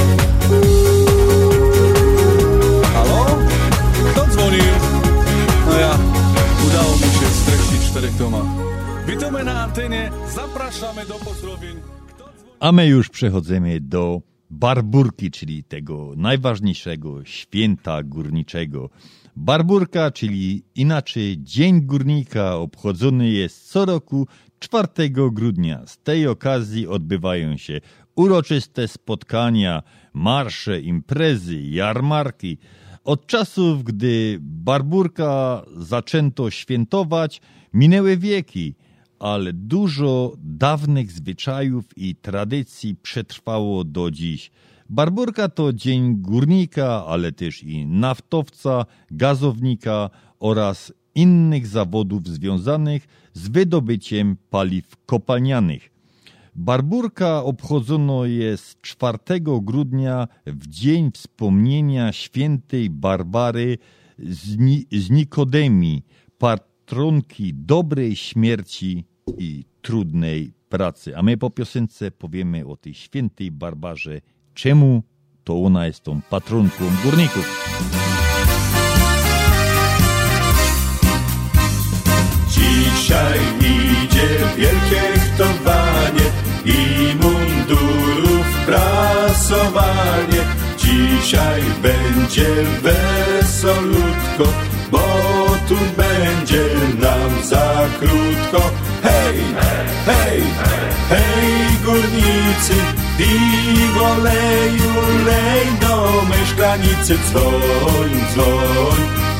Halo? Kto dzwonił? No ja, udało mi się streścić w czterech tomach. Witamy na antenie, zapraszamy do pozdrowień. A my już przechodzimy do Barburki, czyli tego najważniejszego święta górniczego. Barburka, czyli inaczej Dzień Górnika, obchodzony jest co roku czwartego grudnia. Z tej okazji odbywają się uroczyste spotkania, marsze, imprezy, jarmarki. Od czasów, gdy Barburka zaczęto świętować, minęły wieki, ale dużo dawnych zwyczajów i tradycji przetrwało do dziś. Barburka to Dzień Górnika, ale też i naftowca, gazownika oraz innych zawodów związanych z wydobyciem paliw kopalnianych. Barburka obchodzono jest czwartego grudnia w dzień wspomnienia świętej Barbary z, Ni- z Nikodemii, patronki dobrej śmierci i trudnej pracy. A my po piosence powiemy o tej świętej Barbarze, czemu to ona jest tą patronką górników. Dzisiaj idzie wielkie htowanie i mundurów prasowanie. Dzisiaj będzie wesolutko, bo tu będzie nam za krótko. Hej, hej, hej górnicy, piwo leju, lej do mej szklanicy. Dzwoń, dzwoń,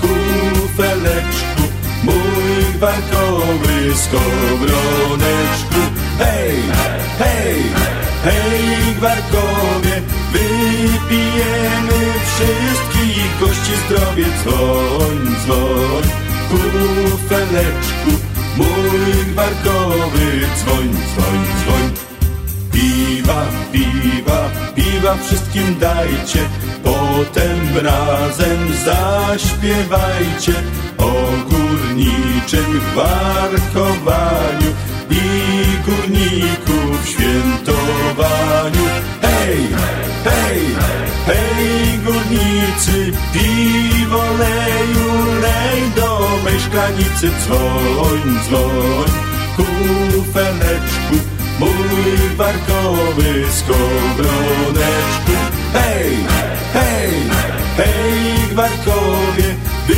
kufeleczku, mój gwarkowy skowroneczku. Hej, hej, hej gwarkowie, wypijemy wszystkich gości zdrowie. Dzwoń, dzwoń, kufeleczku, mój gwarkowy, dzwoń, dzwoń, dzwoń. Piwa, piwa, piwa wszystkim dajcie, potem razem zaśpiewajcie o górniczym gwarkowaniu i górników świętowaniu. Hej, hej, hej górnicy, piwo leju, lej do mej szklanicy. Dzwoń, dzwoń, kufeleczku, mój gwarkowy skowroneczku. Hej, hej, hej gwarkowie,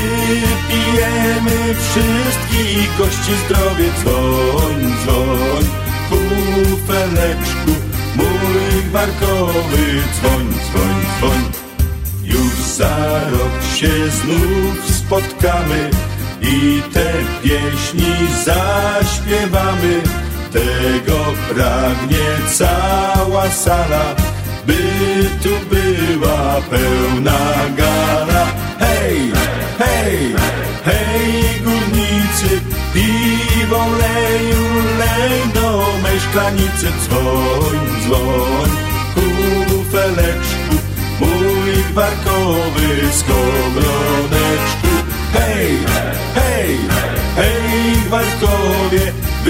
wypijemy wszystkich gości zdrowie. Dzwoń, dzwoń, kufeleczku, mój gwarkowy, dzwoń, dzwoń, dzwoń. Już za rok się znów spotkamy i te pieśni zaśpiewamy. Tego pragnie cała sala, by tu była pełna gala. Hej, hej, hej górnicy, piwo leju, lej do mej szklanicy. Dzwoń, dzwoń, kufeleczku, mój gwarkowy skowroneczku. Hej, hej, hej gwarkowie,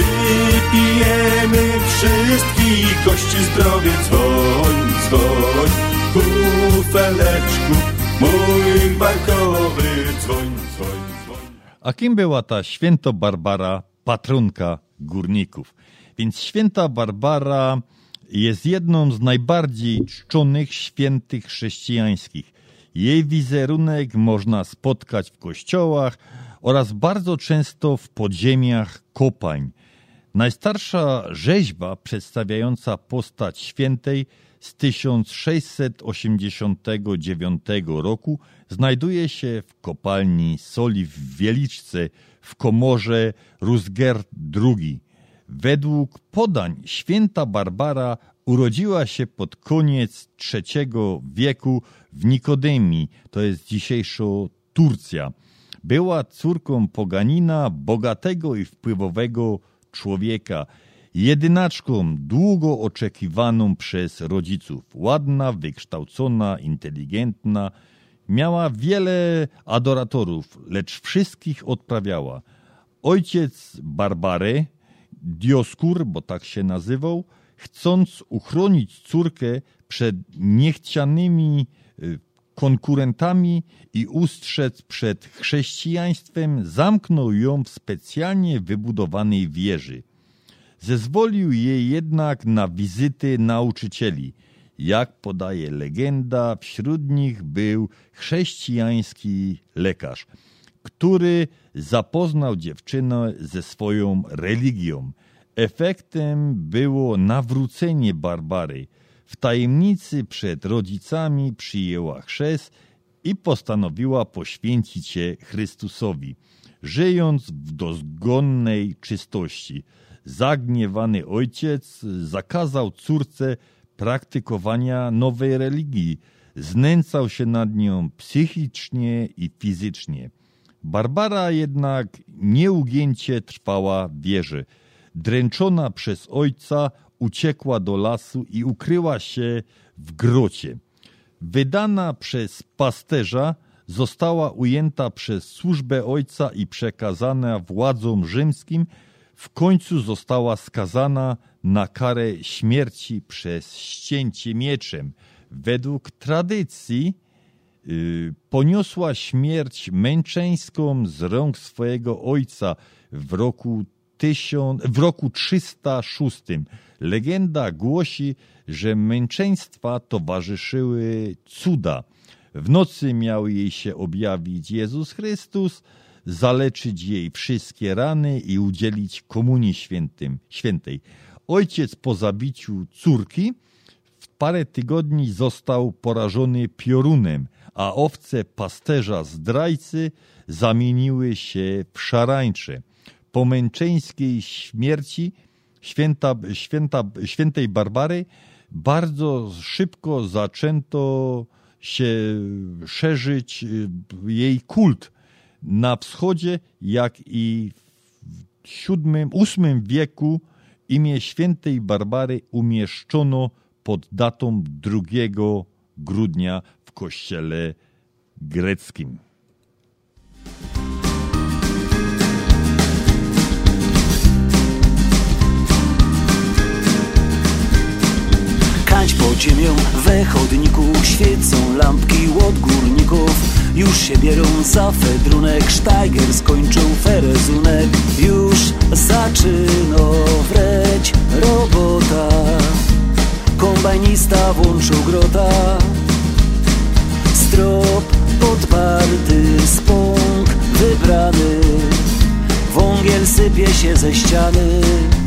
wypijemy wszystkich gości zdrowie. Dzwoń, dzwoń, kufeleczku, mój gwarkowy, dzwoń, dzwoń, dzwoń. A kim była ta święto Barbara, patronka górników? Więc święta Barbara jest jedną z najbardziej czczonych świętych chrześcijańskich. Jej wizerunek można spotkać w kościołach oraz bardzo często w podziemiach kopalń. Najstarsza rzeźba przedstawiająca postać świętej z tysiąc sześćset osiemdziesiątego dziewiątego roku znajduje się w kopalni soli w Wieliczce w komorze Rusgerd drugi. Według podań święta Barbara urodziła się pod koniec trzeciego wieku w Nikodemii, to jest dzisiejsza Turcja. Była córką poganina, bogatego i wpływowego człowieka, jedynaczką długo oczekiwaną przez rodziców. Ładna, wykształcona, inteligentna, miała wiele adoratorów, lecz wszystkich odprawiała. Ojciec Barbary, Dioskur, bo tak się nazywał, chcąc uchronić córkę przed niechcianymi konkurentami i ustrzec przed chrześcijaństwem, zamknął ją w specjalnie wybudowanej wieży. Zezwolił jej jednak na wizyty nauczycieli. Jak podaje legenda, wśród nich był chrześcijański lekarz, który zapoznał dziewczynę ze swoją religią. Efektem było nawrócenie Barbary. W tajemnicy przed rodzicami przyjęła chrzest i postanowiła poświęcić się Chrystusowi, żyjąc w dozgonnej czystości. Zagniewany ojciec zakazał córce praktykowania nowej religii. Znęcał się nad nią psychicznie i fizycznie. Barbara jednak nieugięcie trwała w wierze. Dręczona przez ojca uciekła do lasu i ukryła się w grocie. Wydana przez pasterza, została ujęta przez służbę ojca i przekazana władzom rzymskim. W końcu została skazana na karę śmierci przez ścięcie mieczem. Według tradycji yy, poniosła śmierć męczeńską z rąk swojego ojca w roku, tysiąc, w roku trzysta szóstym. Legenda głosi, że męczeństwa towarzyszyły cuda. W nocy miał jej się objawić Jezus Chrystus, zaleczyć jej wszystkie rany i udzielić komunii świętym, świętej. Ojciec po zabiciu córki w parę tygodni został porażony piorunem, a owce pasterza zdrajcy zamieniły się w szarańcze. Po męczeńskiej śmierci święta, święta, świętej Barbary bardzo szybko zaczęto się szerzyć jej kult na wschodzie, jak i w siódmym, ósmym wieku imię świętej Barbary umieszczono pod datą drugiego grudnia w kościele greckim. Kań pod ziemią we chodniku świecą lampki od górników. Już się bierą za fedrunek, Sztajger skończył ferezunek. Już zaczyno wreć robota, kombajnista włączył grota. Strop podparty, spąk wybrany, wągiel sypie się ze ściany.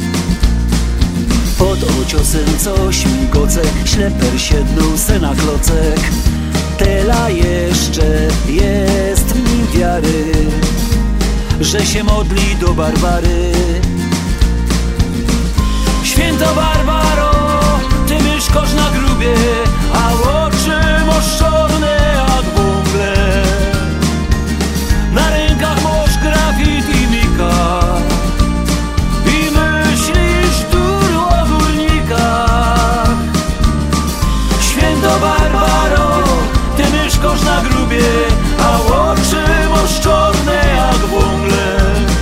Pod ociosem coś migoce, śleper siednął se na klocek. Tela jeszcze jest w nim wiary, że się modli do Barbary. Święta Barbaro, ty mieszkasz na grubie, a oczy masz czarne jak wągle. Na rękach masz grafit i mika i myślisz dur o górnikach. Święta Barbaro, ty mieszkasz na grubie, a oczy masz czarne jak wągle.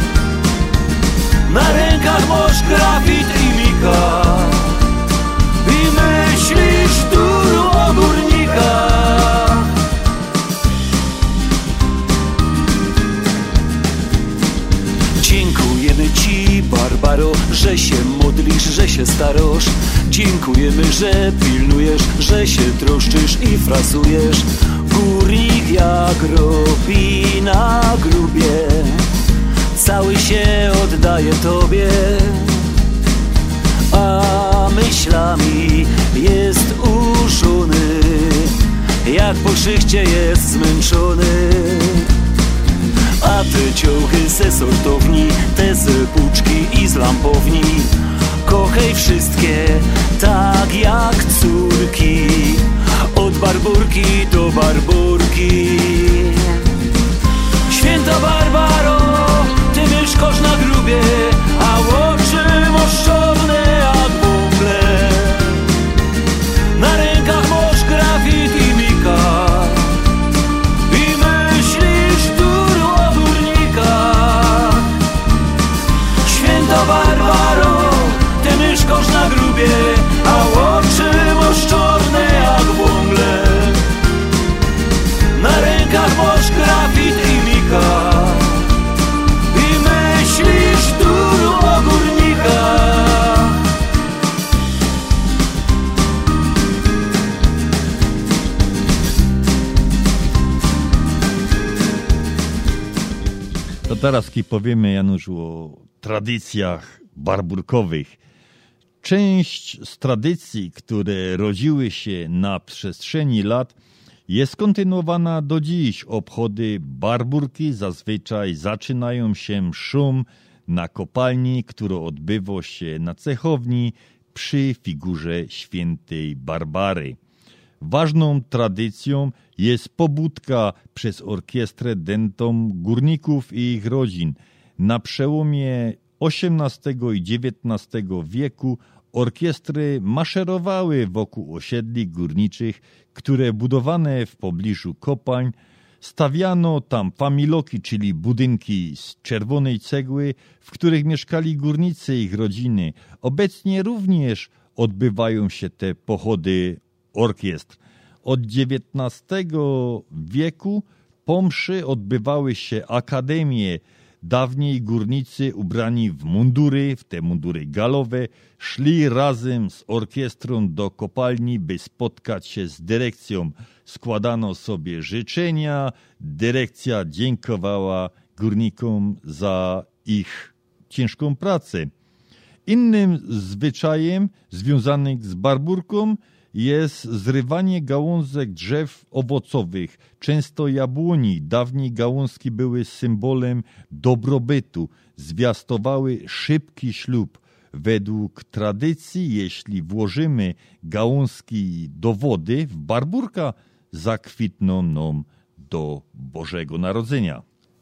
Na rękach masz grafit i mika i myślisz dur o górnikach. Dziękujemy ci, Barbaro, że się modlisz, że się starasz. Dziękujemy, że pilnujesz, że się troszczysz i frasujesz. Górnik jak robi na grubie, cały się oddaje tobie, a myślami jest uszony, jak po szychcie jest zmęczony. A te ciuchy ze sortowni, te z puczki i z lampowni, kochaj wszystkie tak jak córki, od barburki do barburki. Święta Barbaro, ty mieszkasz na grubie, a oczy masz czarne jak wągle. Na rękach masz grafit i mika i myślisz dur o górnikach. Święta Barbaro, ty mieszkasz na grubie, a oczy masz czarne jak wągle. Na rękach masz grafit i mika i myślisz dur o górnikach. Zaraz ki powiemy, Januszu, o tradycjach barburkowych. Część z tradycji, które rodziły się na przestrzeni lat, jest kontynuowana do dziś. Obchody barburki zazwyczaj zaczynają się mszą na kopalni, która odbywa się na cechowni przy figurze świętej Barbary. Ważną tradycją jest pobudka przez orkiestrę dętą górników i ich rodzin. Na przełomie osiemnastego i dziewiętnastego wieku orkiestry maszerowały wokół osiedli górniczych, które budowane w pobliżu kopalń. Stawiano tam familoki, czyli budynki z czerwonej cegły, w których mieszkali górnicy i ich rodziny. Obecnie również odbywają się te pochody orkiestr. Od dziewiętnastego wieku po mszy odbywały się akademie. Dawniej górnicy ubrani w mundury, w te mundury galowe, szli razem z orkiestrą do kopalni, by spotkać się z dyrekcją. Składano sobie życzenia, dyrekcja dziękowała górnikom za ich ciężką pracę. Innym zwyczajem związanym z barburką jest zrywanie gałązek drzew owocowych, często jabłoni. Dawniej gałązki były symbolem dobrobytu, zwiastowały szybki ślub. Według tradycji, jeśli włożymy gałązki do wody, w barburka zakwitną nam do Bożego Narodzenia.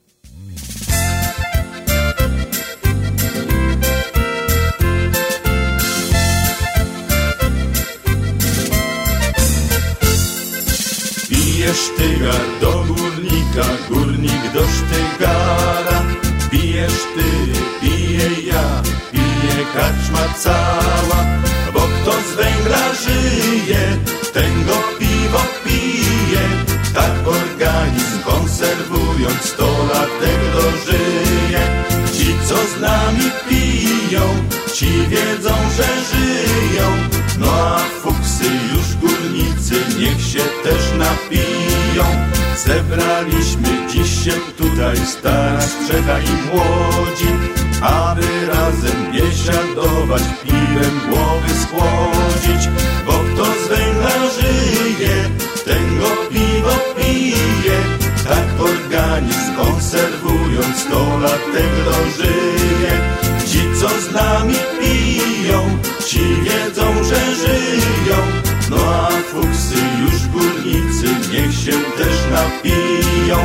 Pije sztygar do górnika, górnik do sztygara. Pijesz ty, piję ja, pije karczma cała. Bo kto z węgla żyje, ten go piwo pije. Tak organizm konserwując sto lat tego dożyje. Ci co z nami piją, ci wiedzą, że żyją. No a fuksy już górnicy niech się też napiją. Zebraliśmy dziś się tutaj starać Czeka i młodzi, aby razem biesiadować, piwem głowy schłodzić. Bo kto z węgla żyje, ten go piwo pije. Tak organizm konserwując sto lat tego dożyje. Ci co z nami piją, ci wiedzą, że żyją. No a fuksy już górnicy niech się też napiją.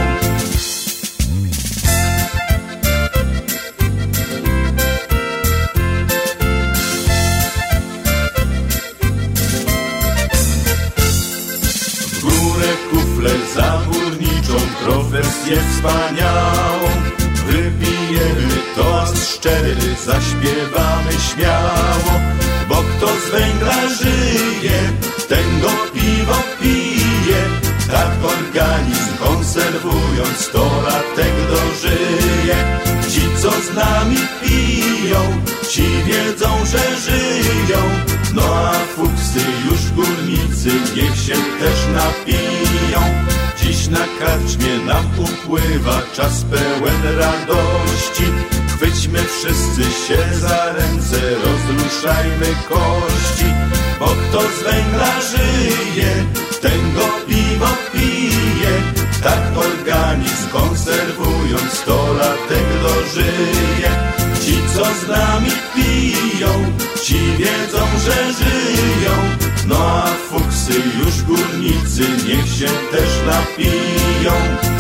W górę kufle za górniczą profesję wspaniałą. Wypijemy toast szczery, zaśpiewamy śmiało. Bo kto z węgla żyje, ten go piwo pije. Tak organizm konserwując sto lat tak dożyje. Ci co z nami piją, ci wiedzą, że żyją. No a fuksy już górnicy niech się też napiją. Dziś na karczmie nam upływa czas pełen radości. Chwyćmy wszyscy się za ręce, rozruszajmy kości. Bo kto z węgla żyje, ten go piwo pije. Tak organizm konserwując sto lat tak dożyje. Ci co z nami piją, ci wiedzą, że żyją. No a fuksy już górnicy niech się też napiją.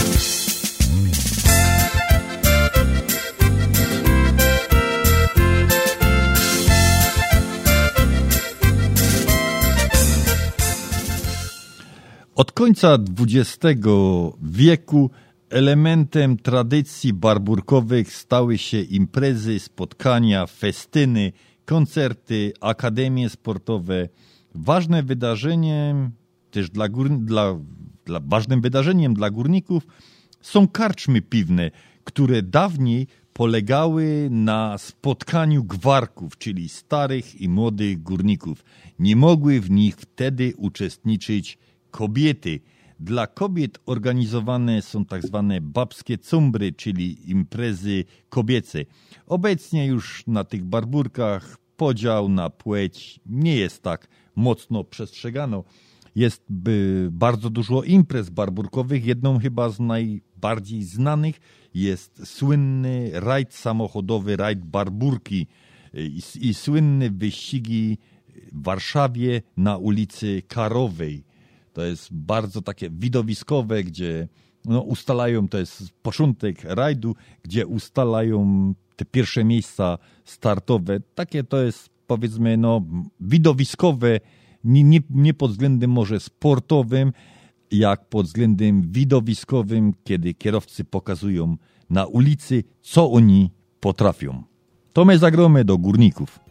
Od końca dwudziestego wieku elementem tradycji barburkowych stały się imprezy, spotkania, festyny, koncerty, akademie sportowe. Ważne wydarzeniem też dla, gór... dla... dla ważnym wydarzeniem dla górników są karczmy piwne, które dawniej polegały na spotkaniu gwarków, czyli starych i młodych górników. Nie mogły w nich wtedy uczestniczyć kobiety. Dla kobiet organizowane są tak zwane babskie cumbry, czyli imprezy kobiece. Obecnie już na tych barburkach podział na płeć nie jest tak mocno przestrzegano. Jest by bardzo dużo imprez barburkowych. Jedną chyba z najbardziej znanych jest słynny rajd samochodowy, rajd barburki i, i słynne wyścigi w Warszawie na ulicy Karowej. To jest bardzo takie widowiskowe, gdzie no, ustalają, to jest początek rajdu, gdzie ustalają te pierwsze miejsca startowe. Takie to jest, powiedzmy, no, widowiskowe, nie, nie, nie pod względem może sportowym, jak pod względem widowiskowym, kiedy kierowcy pokazują na ulicy, co oni potrafią. To my zagromy do górników.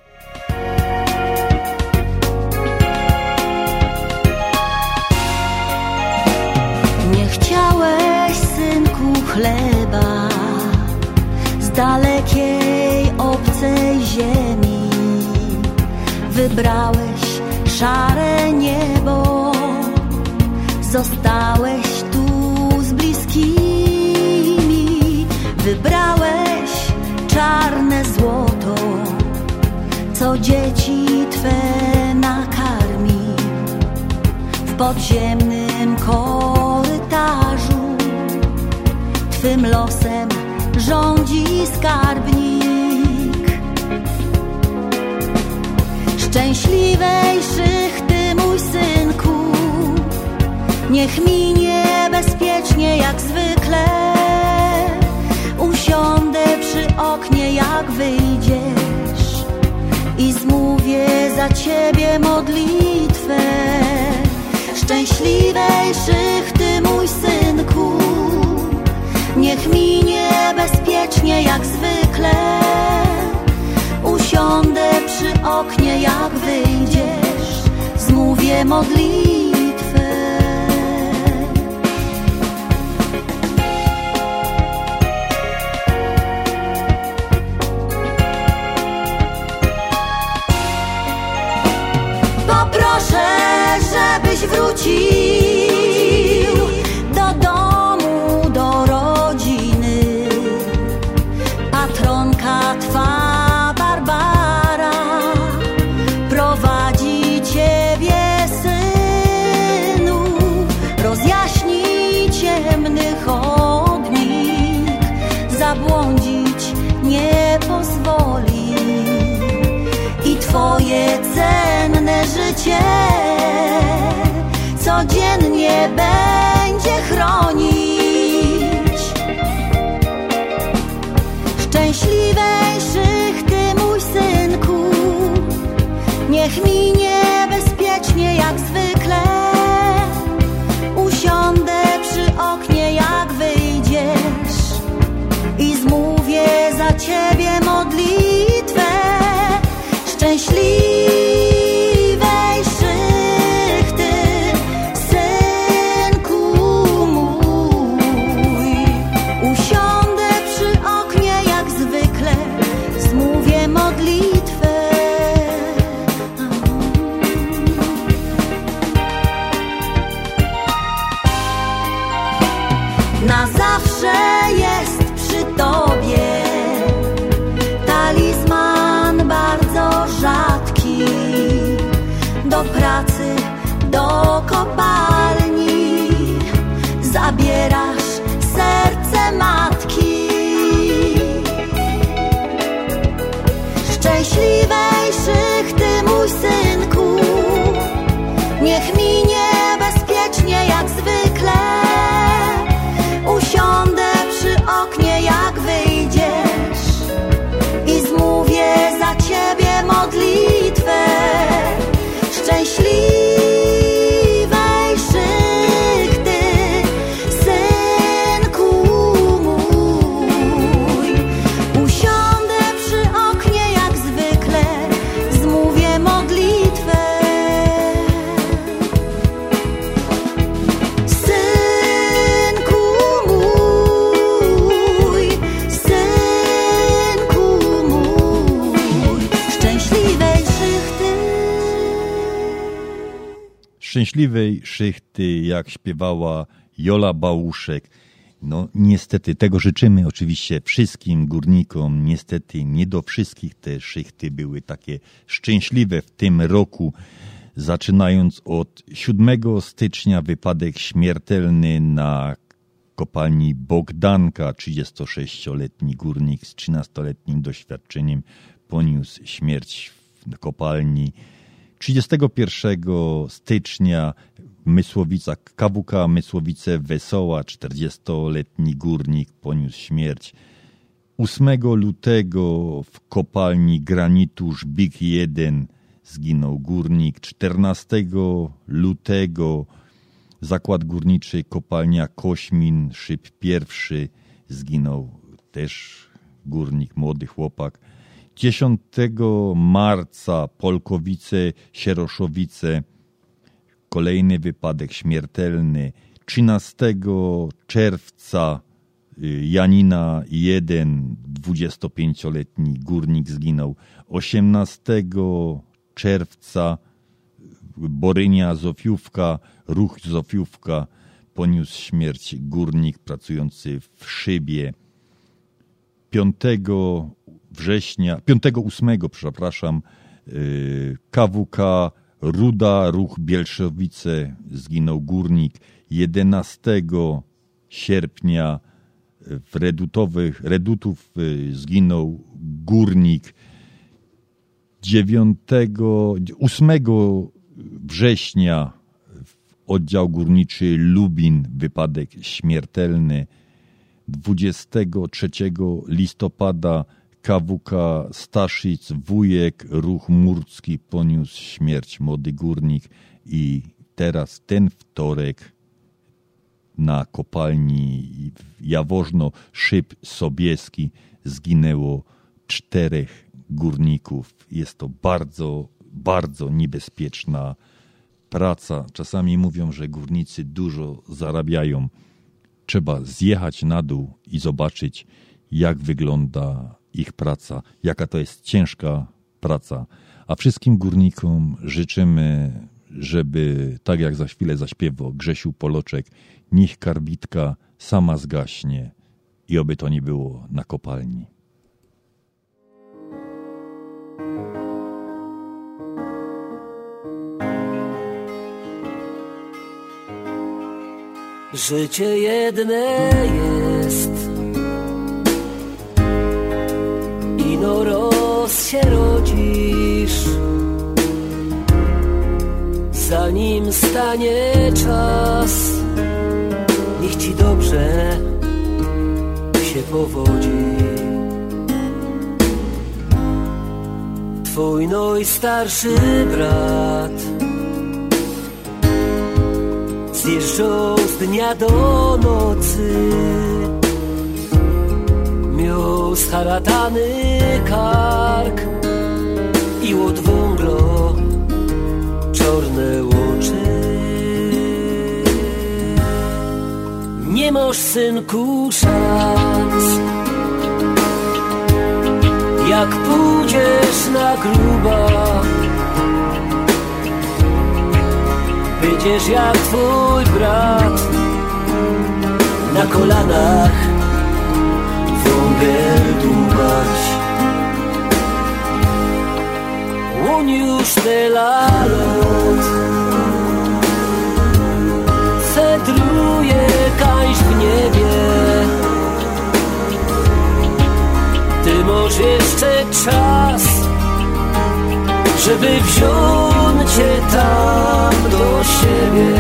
Nie chciałeś, synku, chleba z dalekiej, obcej ziemi. Wybrałeś szare niebo, zostałeś tu z bliskimi. Wybrałeś czarne złoto, co dzieci Twe nakarmi. W podziemnym korytarzu Twym losem rządzi skarbnik. Szczęśliwejszych Ty, mój synku, niech minie bezpiecznie jak zwykle. Usiądę przy oknie, jak wyjdziesz, i zmówię za Ciebie modlitwę. Szczęśliwejszych Ty, mój synku, niech minie bezpiecznie jak zwykle. Usiądę przy oknie, jak wyjdziesz, zmówię modlitwę. Poproszę, żebyś wrócił do domu, do rodziny. Patronka Twa, Barbara, prowadzi Ciebie, synu. Rozjaśni ciemny chodnik, zabłądzić nie pozwoli. I Twoje cenne życie codziennie będzie chronić. Szczęśliwejszych Ty, mój synku, niech minie bezpiecznie jak zwykle. Usiądę przy oknie, jak wyjdziesz, i zmówię za Ciebie modlitwę. Szczęśliwejszych Ty, synku mój. Usiądę przy oknie, jak zwykle, zmówię modlitwę. Na zawsze jest przy Tobie talizman bardzo rzadki. Do pracy, do kopalni zabierasz serce matki. Szczęśliwejszych Ty, mój synku, niech minie bezpiecznie jak zwykle. Usiądę przy oknie, jak wyjdziesz, i zmówię za Ciebie modlitwę. Szczęśliwejszych Ty, synku mój. Usiądę przy oknie, jak zwykle, szczęśliwej szychty, jak śpiewała Jola Bałuszek. No niestety, tego życzymy oczywiście wszystkim górnikom. Niestety nie do wszystkich te szychty były takie szczęśliwe w tym roku. Zaczynając od siódmego stycznia wypadek śmiertelny na kopalni Bogdanka. trzydziestosześcioletni górnik z trzynastoletnim doświadczeniem poniósł śmierć w kopalni. trzydziestego pierwszego stycznia Mysłowica, K W K Mysłowice Wesoła, czterdziestoletni górnik poniósł śmierć. ósmego lutego w kopalni granitu Żbik jeden zginął górnik. czternastego lutego zakład górniczy kopalnia Kośmin, szyb pierwszy, zginął też górnik, młody chłopak. dziesiątego marca Polkowice, Sieroszowice, kolejny wypadek śmiertelny. trzynastego czerwca Janina jeden, dwudziestopięcioletni górnik zginął. osiemnastego czerwca Borynia Zofiówka, ruch Zofiówka, poniósł śmierć górnik pracujący w szybie. piątego września, piątego ósmego, przepraszam, K W K Ruda, ruch Bielszowice, zginął górnik. jedenastego sierpnia w Redutowych, Redutów zginął górnik. dziewiątego, ósmego września oddział górniczy Lubin, wypadek śmiertelny. dwudziestego trzeciego listopada K W K Staszic, Wujek, ruch Murcki, poniósł śmierć młody górnik. I teraz ten wtorek na kopalni Jaworzno, szyb Sobieski, zginęło czterech górników. Jest to bardzo, bardzo niebezpieczna praca. Czasami mówią, że górnicy dużo zarabiają. Trzeba zjechać na dół i zobaczyć, jak wygląda ich praca, jaka to jest ciężka praca. A wszystkim górnikom życzymy, żeby, tak jak za chwilę zaśpiewał Grzesiu Poloczek, niech karbitka sama zgaśnie i oby to nie było na kopalni. Życie jedne jest, ino roz się rodzisz, zanim stanie czas, niech ci dobrze się powodzi. Twój najstarszy brat zjeżdżał z dnia do nocy, miał scharatany kark i od wąglo czarne oczy. Nie masz, synku, szans, jak pójdziesz na gruba, będziesz jak twój brat, na kolanach wągiel dłubać. On już tyle lat cedruje kaś w niebie. Ty masz jeszcze czas, żeby wziąć cię tam do siebie.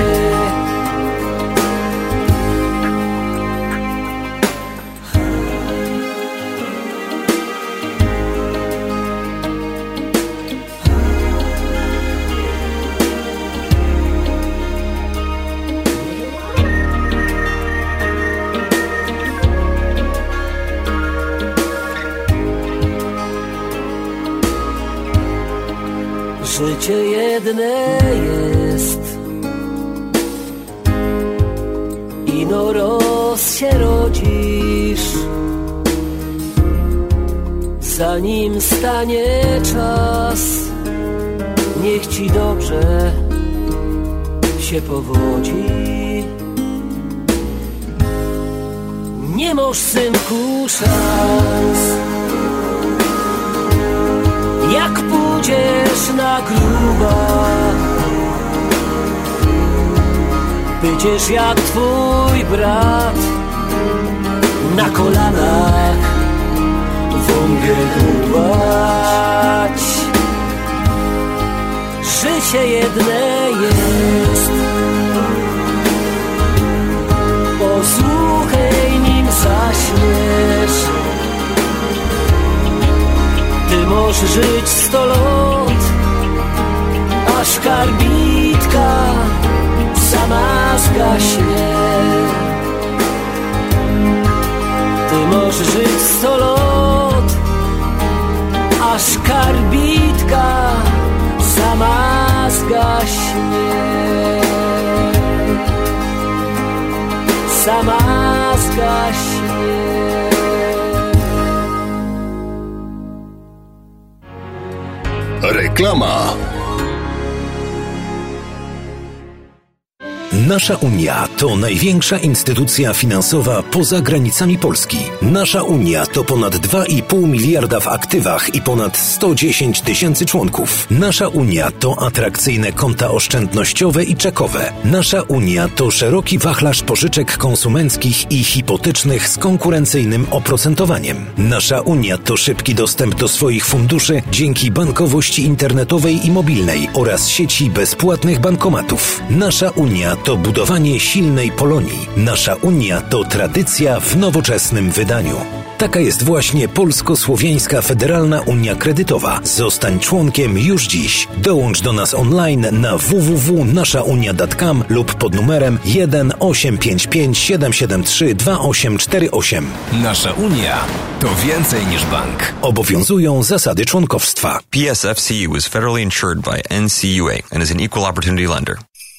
Życie jedne jest, ino roz się rodzisz, zanim stanie czas, niech ci dobrze się powodzi. Nie masz, synku, szans. Jak pójdziesz na gruba, będziesz jak twój brat na kolanach wągę dłubać. Życie jedne jest, posłuchaj nim zaśmiesz. Ty możesz żyć sto lat, aż karbitka sama zgaśnie. Ty możesz żyć sto lat, aż karbitka sama zgaśnie. Sama zgaśnie. Reklama. Nasza Unia to największa instytucja finansowa poza granicami Polski. Nasza Unia to ponad dwa i pół miliarda w aktywach i ponad sto dziesięć tysięcy członków. Nasza Unia to atrakcyjne konta oszczędnościowe i czekowe. Nasza Unia to szeroki wachlarz pożyczek konsumenckich i hipotecznych z konkurencyjnym oprocentowaniem. Nasza Unia to szybki dostęp do swoich funduszy dzięki bankowości internetowej i mobilnej oraz sieci bezpłatnych bankomatów. Nasza Unia to budowanie silnej Polonii. Nasza Unia to tradycja w nowoczesnym wydaniu. Taka jest właśnie Polsko-Słowiańska Federalna Unia Kredytowa. Zostań członkiem już dziś. Dołącz do nas online na w w w kropka nasza unia kropka com lub pod numerem jeden osiem pięć pięć siedem siedem trzy dwa osiem cztery osiem. Nasza Unia to więcej niż bank. Obowiązują zasady członkowstwa. P S F C U is federally insured by N C U A and is an equal opportunity lender.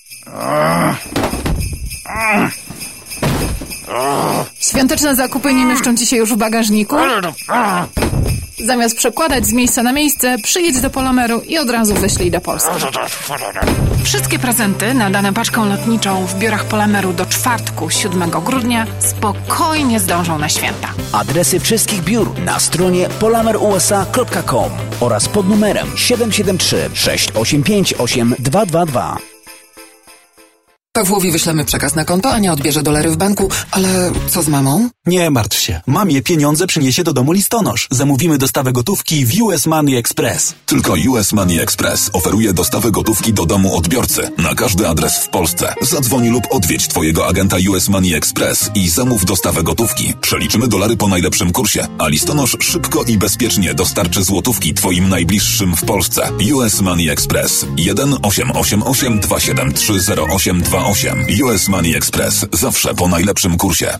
Świąteczne zakupy nie mieszczą ci się już w bagażniku? Zamiast przekładać z miejsca na miejsce, przyjedź do Polameru i od razu wyślij do Polski. Wszystkie prezenty nadane paczką lotniczą w biurach Polameru do czwartku, siódmego grudnia spokojnie zdążą na święta. Adresy wszystkich biur na stronie polamer u s a kropka com oraz pod numerem siedem siedem trzy sześć osiem pięć osiem dwa dwa dwa. Pawłowi wyślemy przekaz na konto, Ania odbierze dolary w banku, ale co z mamą? Nie martw się. Mamie pieniądze przyniesie do domu listonosz. Zamówimy dostawę gotówki w U S Money Express. Tylko U S Money Express oferuje dostawę gotówki do domu odbiorcy na każdy adres w Polsce. Zadzwoń lub odwiedź twojego agenta U S Money Express i zamów dostawę gotówki. Przeliczymy dolary po najlepszym kursie, a listonosz szybko i bezpiecznie dostarczy złotówki twoim najbliższym w Polsce. U S Money Express jeden osiem osiem osiem dwa siedem trzy zero osiem dwa osiem. U S Money Express. Zawsze po najlepszym kursie.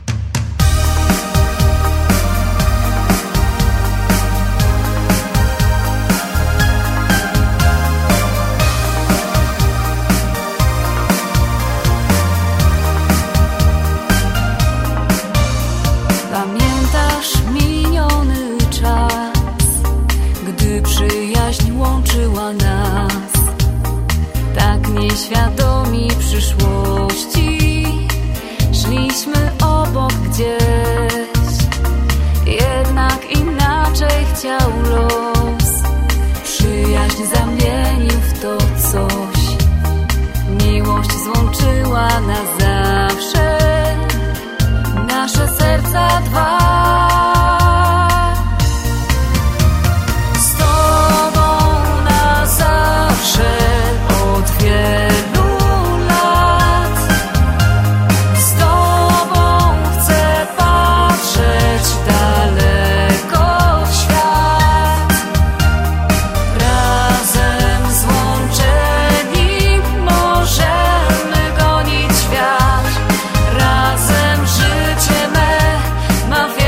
Pamiętasz miniony czas, gdy przyjaźń łączyła nas, tak nieświadomi przyszłości, szliśmy obok gdzieś, jednak inaczej chciał los, przyjaźń zamienił w to coś, miłość złączyła na zawsze, nasze serca dwa. Z tobą na zawsze od wielu lat, z tobą chcę patrzeć daleko w świat, razem złączeni możemy gonić świat, razem życie me ma wiele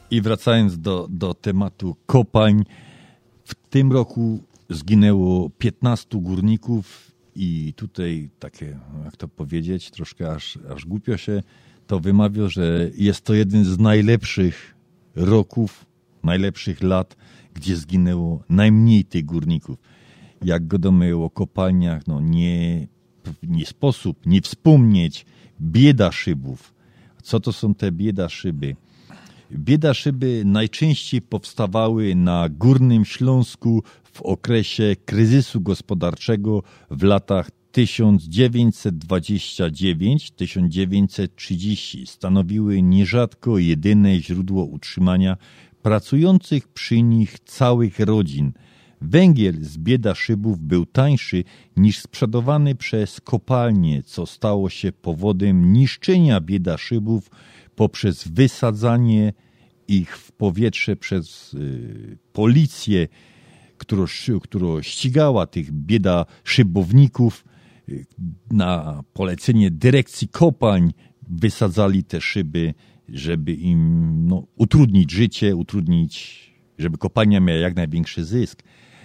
I wracając do, do tematu kopalń, w tym roku zginęło piętnastu górników i tutaj takie, jak to powiedzieć, troszkę aż, aż głupio się to wymawia, że jest to jeden z najlepszych roków, najlepszych lat, gdzie zginęło najmniej tych górników. Jak gadamy o kopalniach, no nie, nie sposób nie wspomnieć bieda szybów. Co to są te bieda szyby? Bieda szyby najczęściej powstawały na Górnym Śląsku w okresie kryzysu gospodarczego w latach tysiąc dziewięćset dwadzieścia dziewięć do tysiąc dziewięćset trzydzieści. Stanowiły nierzadko jedyne źródło utrzymania pracujących przy nich całych rodzin. Węgiel z bieda szybów był tańszy niż sprzedawany przez kopalnie, co stało się powodem niszczenia bieda szybów poprzez wysadzanie ich w powietrze przez y, policję, która, która ścigała tych bieda szybowników. Y, na polecenie dyrekcji kopalń wysadzali te szyby, żeby im no, utrudnić życie, utrudnić, żeby kopalnia miała jak największy zysk.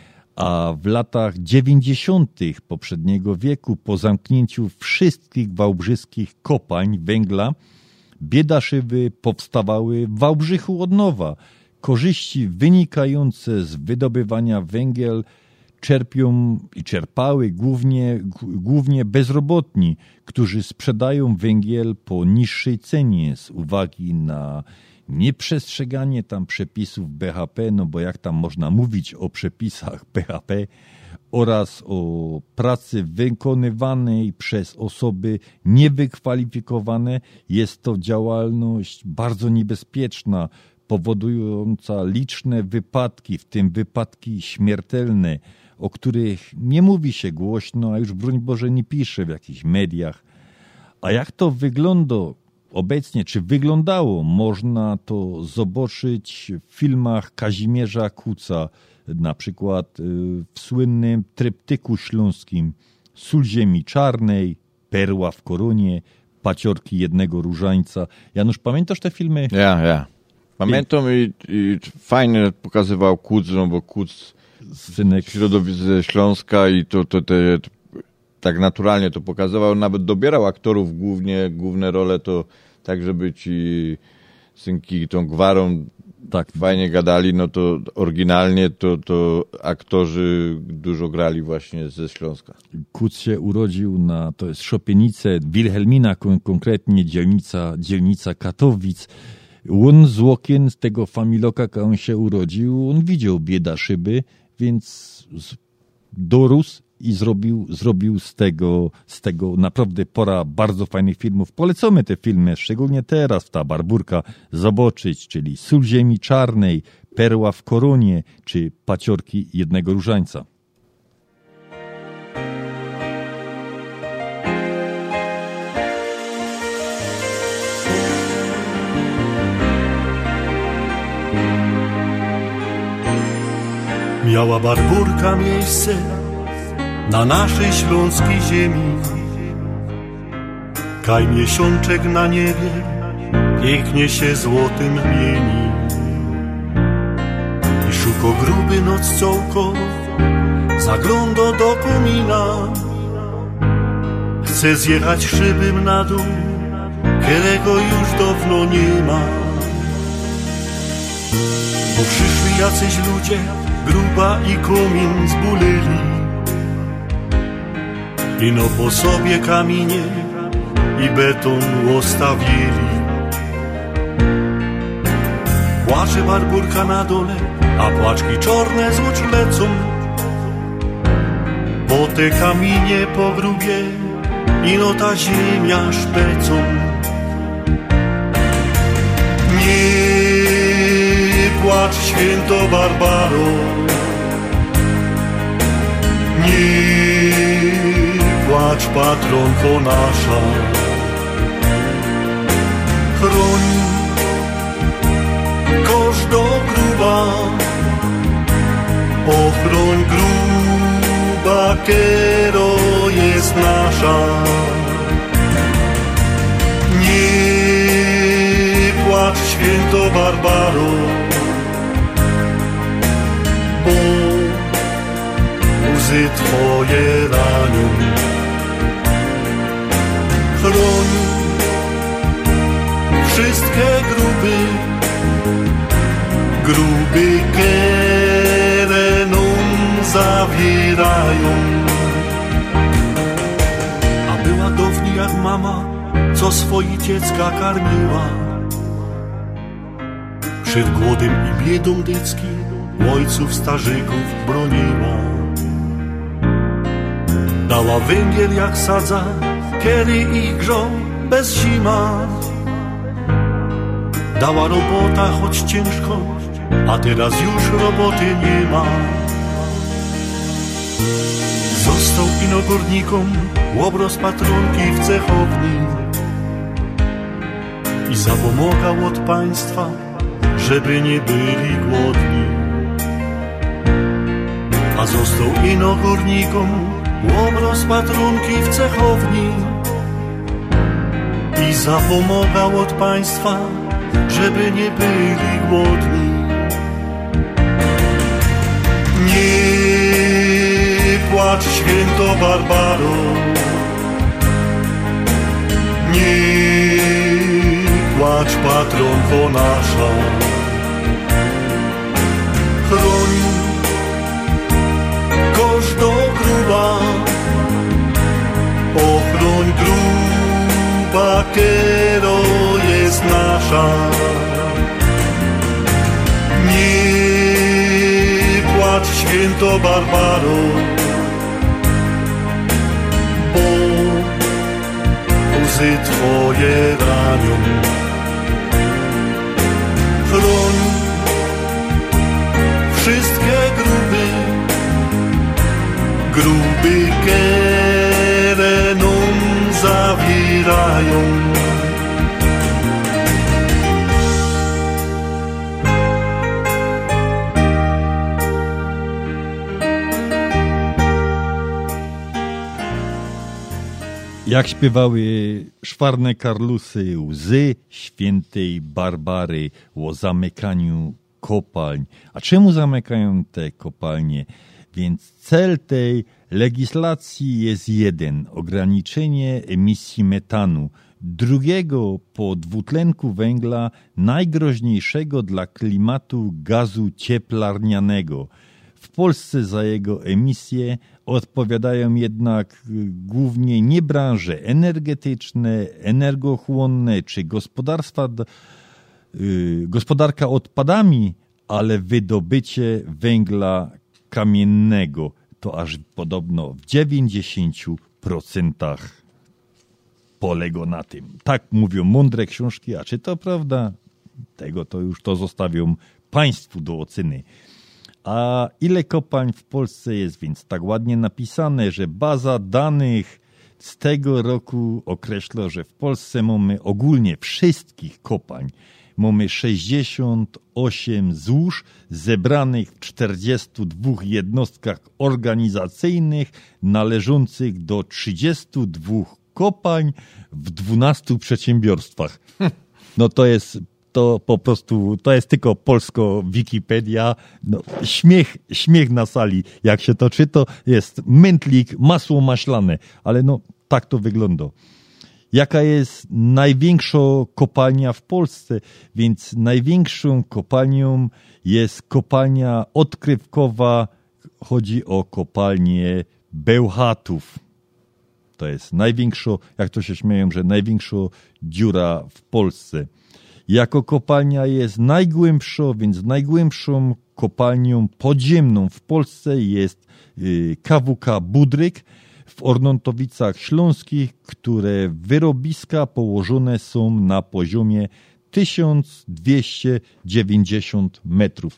A w latach dziewięćdziesiątych poprzedniego wieku, po zamknięciu wszystkich wałbrzyskich kopalń węgla, bieda szyby powstawały w Wałbrzychu od nowa. Korzyści wynikające z wydobywania węgiel czerpią i czerpały głównie, głównie bezrobotni, którzy sprzedają węgiel po niższej cenie z uwagi na nieprzestrzeganie tam przepisów B H P, no bo jak tam można mówić o przepisach B H P, oraz o pracy wykonywanej przez osoby niewykwalifikowane. Jest to działalność bardzo niebezpieczna, powodująca liczne wypadki, w tym wypadki śmiertelne, o których nie mówi się głośno, a już broń Boże nie pisze w jakichś mediach. A jak to wygląda obecnie, czy wyglądało, można to zobaczyć w filmach Kazimierza Kuca, na przykład w słynnym tryptyku śląskim Sól ziemi czarnej, Perła w koronie, Paciorki jednego różańca. Janusz, pamiętasz te filmy? Ja, ja. Pamiętam i, i fajnie pokazywał Kuc, no bo Kuc synek środowisk ze Śląska i to, to, te, to tak naturalnie to pokazywał. Nawet dobierał aktorów głównie, główne role to tak, żeby ci synki tą gwarą tak fajnie gadali, no to oryginalnie to, to aktorzy dużo grali właśnie ze Śląska. Kuc się urodził na, to jest Szopienice, Wilhelmina kon, konkretnie, dzielnica, dzielnica Katowic. On z okien z tego familoka, jak on się urodził, on widział bieda szyby, więc dorósł i zrobił, zrobił z tego, z tego naprawdę pora bardzo fajnych filmów. Polecamy te filmy, szczególnie teraz, ta Barburka, zobaczyć, czyli Sól ziemi czarnej, Perła w koronie, czy Paciorki jednego różańca. Miała Barburka miejsce na naszej śląskiej ziemi. Kaj miesiączek na niebie pięknie się złotym mieni. I szuko gruby noc cołko zagląda do komina. Chce zjechać szybym na dół, którego już dawno nie ma. Bo przyszli jacyś ludzie, gruba i komin zbulili. I no po sobie kamienie i beton ostawili. Płacze Barburka na dole, a płaczki czarne z oczu lecą. Bo te kamienie po grubie i no ta ziemia szpecą. Nie płacz, święto Barbaro, nie płacz, patronko nasza. Chroń każdą gruba, ochroń gruba, kero jest nasza. Nie płacz, święto Barbaro, bo łzy Twoje ranią. Chroń wszystkie gruby, gruby kereną zawierają. A była downi jak mama, co swoi dziecka karmiła. Przed głodem i biedą dycki ojców starzyków broniła. Dała węgiel jak sadza, kiedy ich grzał bez zima. Dała robota, choć ciężko, a teraz już roboty nie ma. Został inogórnikom łobroz patronki w cechowni i zapomagał od państwa, żeby nie byli głodni. A został inogórnikom łobroz patronki w cechowni i zapomagał od państwa, żeby nie byli głodni. Nie płacz, święto Barbaro, nie płacz, patronko nasza. Chroń kosz do gruba, ochroń gruba, kero jest nasza. Nie płacz, święto Barbaro, bo łzy Twoje ranią. Chroń wszystkie gruby, gruby kereną zawierają. Jak śpiewały szwarne karlusy, łzy świętej Barbary o zamykaniu kopalń. A czemu zamykają te kopalnie? Więc cel tej legislacji jest jeden. Ograniczenie emisji metanu. Drugiego po dwutlenku węgla, najgroźniejszego dla klimatu gazu cieplarnianego. W Polsce za jego emisję odpowiadają jednak głównie nie branże energetyczne, energochłonne czy gospodarstwa, yy, gospodarka odpadami, ale wydobycie węgla kamiennego. To aż podobno w dziewięćdziesięciu procentach polega na tym. Tak mówią mądre książki, a czy to prawda? Tego to już to zostawią Państwu do oceny. A ile kopalń w Polsce jest więc tak ładnie napisane, że baza danych z tego roku określa, że w Polsce mamy ogólnie wszystkich kopalń. Mamy sześćdziesiąt osiem złóż zebranych w czterdziestu dwóch jednostkach organizacyjnych należących do trzydziestu dwóch kopalń w dwunastu przedsiębiorstwach. No to jest... To po prostu, to jest tylko polsko Wikipedia. No, śmiech, śmiech na sali. Jak się to czyta, jest mętlik, masło maślane. Ale no, tak to wygląda. Jaka jest największa kopalnia w Polsce? Więc największą kopalnią jest kopalnia odkrywkowa. Chodzi o kopalnię Bełchatów. To jest największa, jak to się śmieją, że największa dziura w Polsce. Jako kopalnia jest najgłębsza, więc najgłębszą kopalnią podziemną w Polsce jest K W K Budryk w Ornontowicach Śląskich, które wyrobiska położone są na poziomie tysiąc dwieście dziewięćdziesiąt metrów.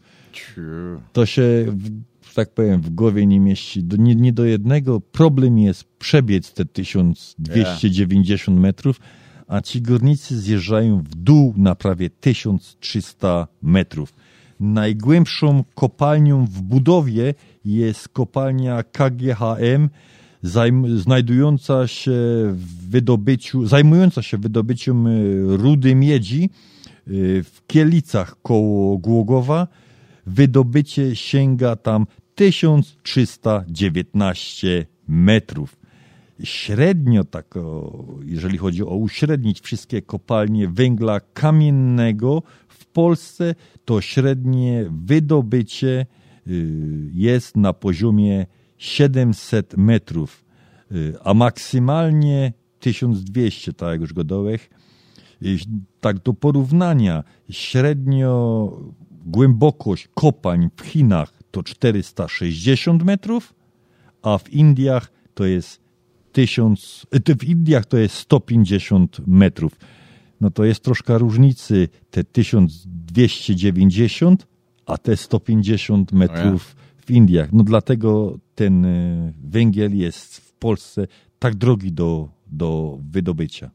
To się, że tak powiem, w głowie nie mieści. Do, nie, nie do jednego. Problem jest przebiec te tysiąc dwieście dziewięćdziesiąt metrów, a ci górnicy zjeżdżają w dół na prawie tysiąc trzysta metrów. Najgłębszą kopalnią w budowie jest kopalnia K G H M, zajm- znajdująca się w wydobyciu, zajmująca się wydobyciem rudy miedzi W Kielicach koło Głogowa wydobycie sięga tam tysiąc trzysta dziewiętnaście metrów. Średnio tak, o, jeżeli chodzi o uśrednić wszystkie kopalnie węgla kamiennego w Polsce, to średnie wydobycie jest na poziomie siedemset metrów, a maksymalnie tysiąc dwieście, tak jak już godołek. Tak do porównania, średnio głębokość kopań w Chinach to czterysta sześćdziesiąt metrów, a w Indiach to jest tysiąc, w Indiach to jest sto pięćdziesiąt metrów. No to jest troszkę różnicy, te tysiąc dwieście dziewięćdziesiąt, a te sto pięćdziesiąt metrów w Indiach. No dlatego ten węgiel jest w Polsce tak drogi do, do wydobycia.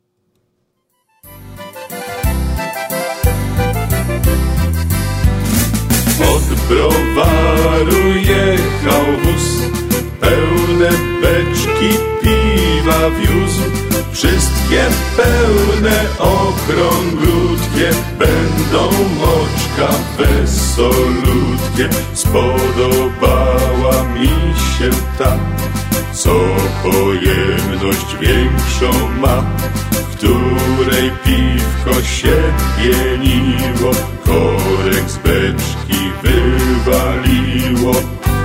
Od browaru jechał wóz, pełne beczki piwa wiózł. Wszystkie pełne, okrąglutkie, będą moczka wesolutkie. Spodobała mi się ta, co pojemność większą ma, w której piwko się pieniło, korek z beczki wywaliło.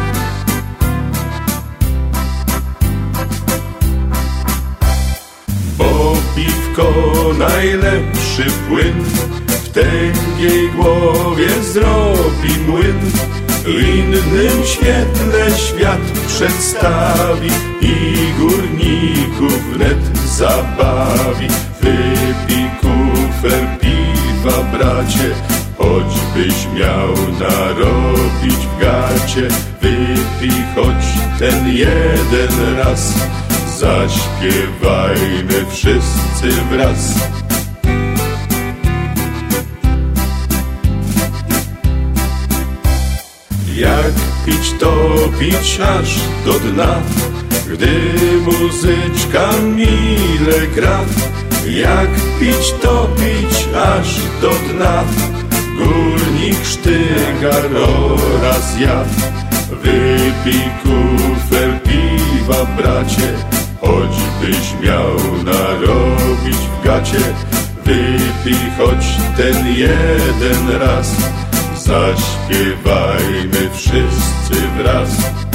Bo piwko najlepszy płyn w tęgiej głowie zrobi młyn, innym świetle świat przedstawi i górników wnet zabawi. Wypij kufer piwa, bracie, choćbyś miał narobić w gacie. Wypij choć ten jeden raz, zaśpiewajmy wszyscy wraz. Jak pić, to pić aż do dna, gdy muzyczka mile gra. Jak pić, to pić aż do dna, górnik Sztygar oraz ja. Wypij kufer piwa, bracie, choćbyś miał narobić w gacie. Wypij choć ten jeden raz, zaśpiewajmy wszyscy wraz.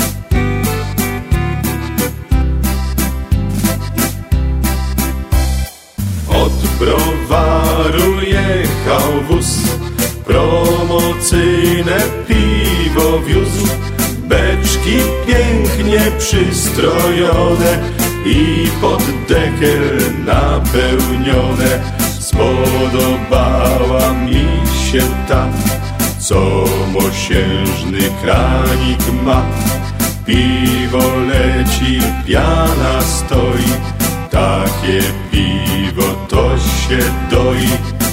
Od browaru jechał wóz, promocyjne piwo wiózł. Beczki pięknie przystrojone i pod dekiel napełnione. Spodobała mi się ta, co mosiężny kranik ma. Piwo leci, piana stoi, takie piwo to się doi.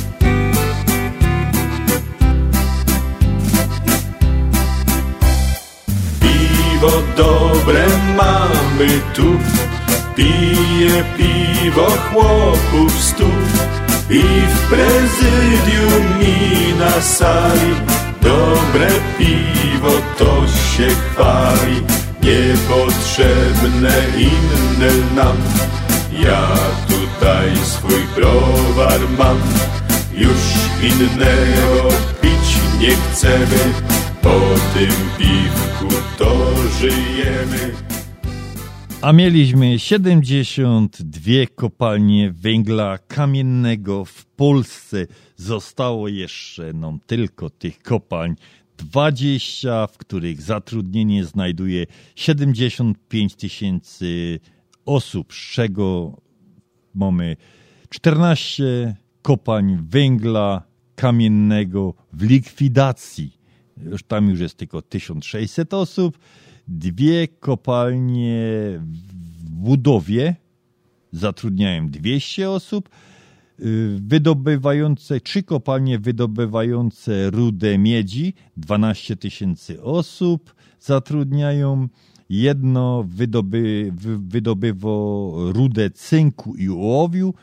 Piwo dobre mamy tu, pije piwo chłopów stów. I w prezydium i na sali dobre piwo to się chwali. Niepotrzebne inne nam, ja tutaj swój browar mam. Już innego pić nie chcemy, po tym piwku to żyjemy. A mieliśmy siedemdziesiąt dwie kopalnie węgla kamiennego w Polsce. Zostało jeszcze nam tylko tych kopalń dwadzieścia, w których zatrudnienie znajduje siedemdziesiąt pięć tysięcy osób, z czego mamy czternaście kopalń węgla kamiennego w likwidacji. Już tam już jest tylko tysiąc sześćset osób. Dwie kopalnie w budowie zatrudniają dwieście osób, wydobywające, trzy kopalnie wydobywające rudę miedzi, dwanaście tysięcy osób zatrudniają, jedno wydoby, wydobywa rudę cynku i ołowiu,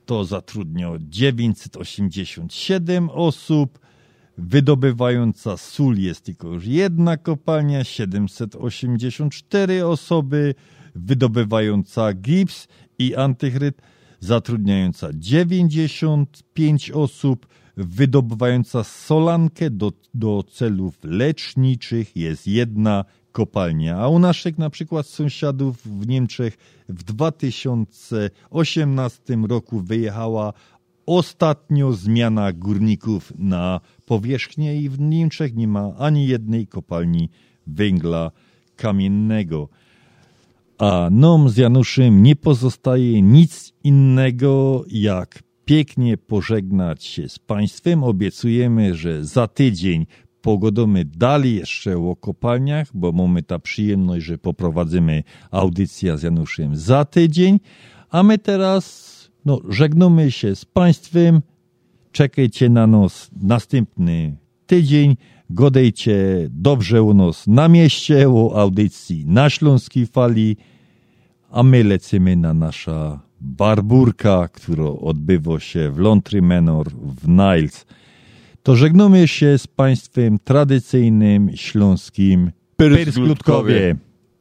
to zatrudnia dziewięćset osiemdziesiąt siedem osób. Wydobywająca sól jest tylko już jedna kopalnia, siedemset osiemdziesiąt cztery osoby. Wydobywająca gips i antychryt zatrudniająca dziewięćdziesiąt pięć osób. Wydobywająca solankę do, do celów leczniczych jest jedna kopalnia. A u naszych na przykład sąsiadów w Niemczech w dwa tysiące osiemnastym roku wyjechała ostatnio zmiana górników na powierzchnię i w Niemczech nie ma ani jednej kopalni węgla kamiennego. A nam z Januszem nie pozostaje nic innego, jak pięknie pożegnać się z Państwem. Obiecujemy, że za tydzień pogodomy dalej jeszcze o kopalniach, bo mamy ta przyjemność, że poprowadzimy audycję z Januszem za tydzień. A my teraz no, żegnamy się z Państwem. Czekajcie na nas następny tydzień. Godejcie dobrze u nas na mieście, o audycji na Śląskiej Fali, a my lecimy na nasza barburka, która odbywa się w Lontry Manor w Niles. To żegnamy się z Państwem tradycyjnym śląskim Pyrsklutkowie.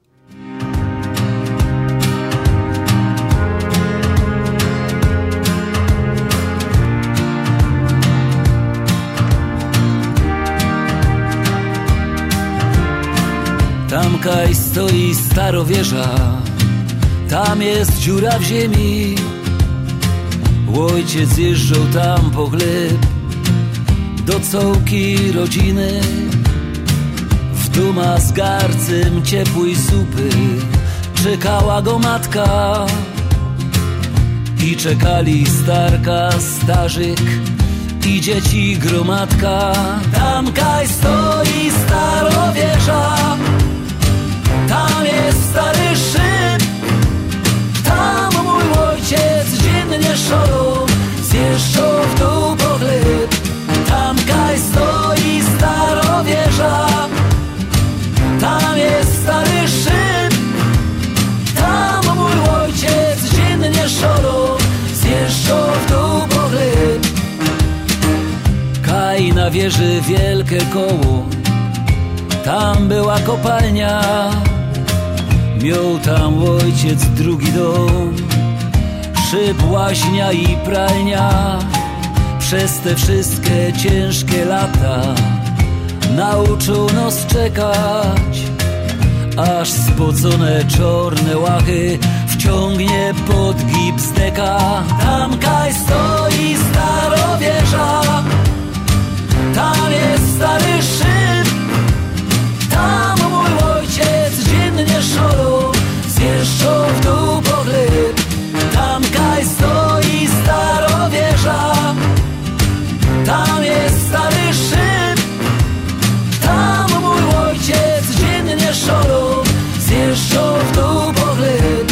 Tamkaj stoi starowieża, tam jest dziura w ziemi. Ojciec jeżdżał tam po chleb do cołki rodziny. W duma z garcem ciepłej supy czekała go matka i czekali starka, starzyk i dzieci gromadka. Tamkaj stoi starowieża, tam jest stary szyb, tam mój ojciec dziennie szorą zjeżdżał w dół po chleb. Tamkaj stoi starowieża, tam jest stary szyb, tam mój ojciec dziennie szorą zjeżdżał w dół po chleb. Kaj na wieży wielkie koło, tam była kopalnia. Miał tam ojciec drugi dom, szyb, łaźnia i pralnia. Przez te wszystkie ciężkie lata nauczył nas czekać, aż spocone czarne łachy wciągnie pod gips deka. Tamkaj stoi starowieża, tam jest stary szyb, tam mój ojciec dziennie szorą zjeżdżał w dół po chleb. Tamkaj stoi starowieża, tam jest stary szyb, tam mój ojciec dziennie szorą zjeżdżał w dół po chleb.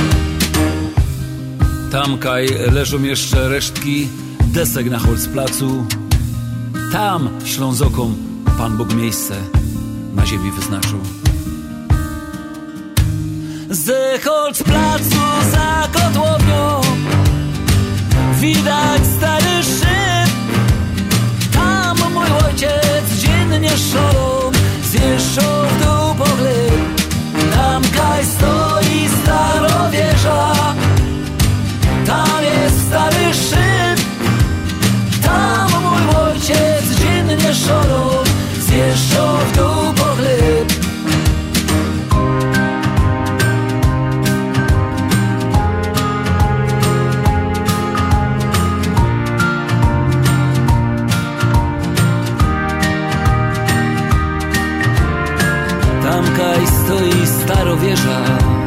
Tamkaj leżą jeszcze resztki desek na Holzplacu. Tam Ślązokom Pan Bóg miejsce na ziemi wyznaczył. Z Holzplacu za kotłownią widać stary szyb, tam mój ojciec dziennie szorą zjeżdżał w dół po chleb. Tamkaj stoi starowieża, tam jest stary szyb, tam mój ojciec dziennie szorą zjeżdżał w dół po chleb. Tamkaj stoi starowieża,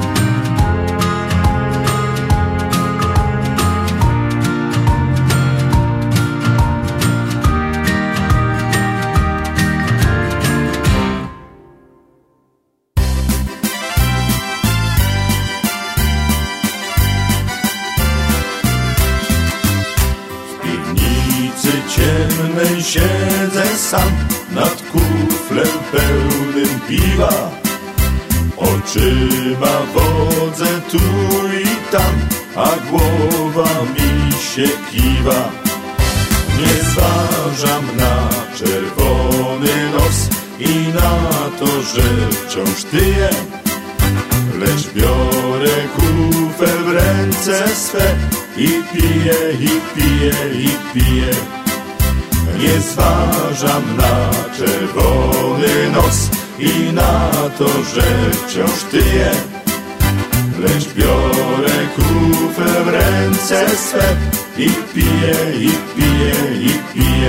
ciemnej siedzę sam nad kuflem pełnym piwa. Oczyma wodzę tu i tam, a głowa mi się kiwa. Nie zważam na czerwony nos i na to, że wciąż tyję, lecz biorę kufel w ręce swe i piję, i piję, i piję. Nie zważam na czerwony nos i na to, że wciąż tyję, lecz biorę kufel w ręce swe i piję, i piję, i piję.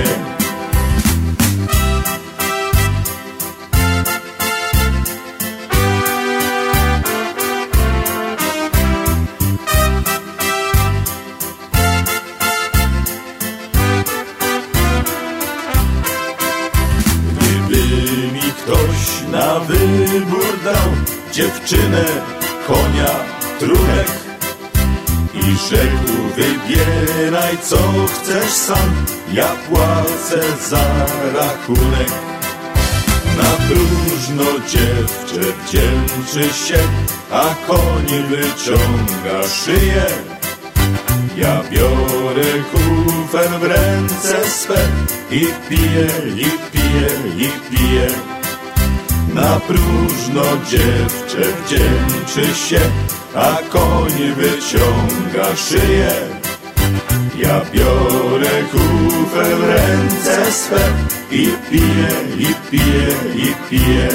Na wybór dał dziewczynę, konia, trunek i rzekł: wybieraj co chcesz sam, ja płacę za rachunek. Na próżno dziewczę wdzięczy się, a koń wyciąga szyję. Ja biorę kufel w ręce swe i piję, i piję, i piję. Na próżno dziewczę wdzięczy się, a koń wyciąga szyję. Ja biorę kufel w ręce swe i piję, i piję, i piję.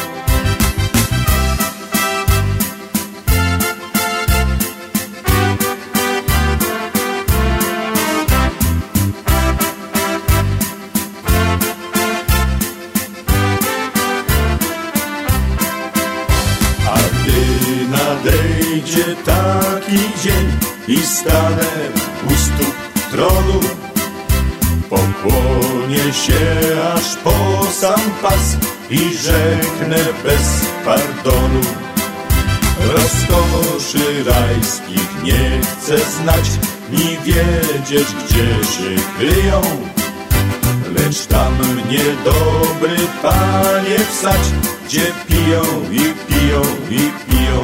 Nadejdzie taki dzień i stanę u stóp tronu, pokłonię się aż po sam pas i rzeknę bez pardonu. Rozkoszy rajskich nie chcę znać, ni wiedzieć, gdzie się kryją, lecz tam mnie, dobry Panie, wsadź, gdzie piją i piją i piją.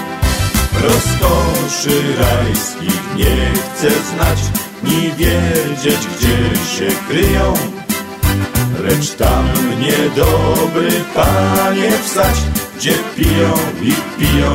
Rozkoszy rajskich nie chcę znać, ni wiedzieć, gdzie się kryją, lecz tam mnie, dobry Panie, wsadź, gdzie piją i piją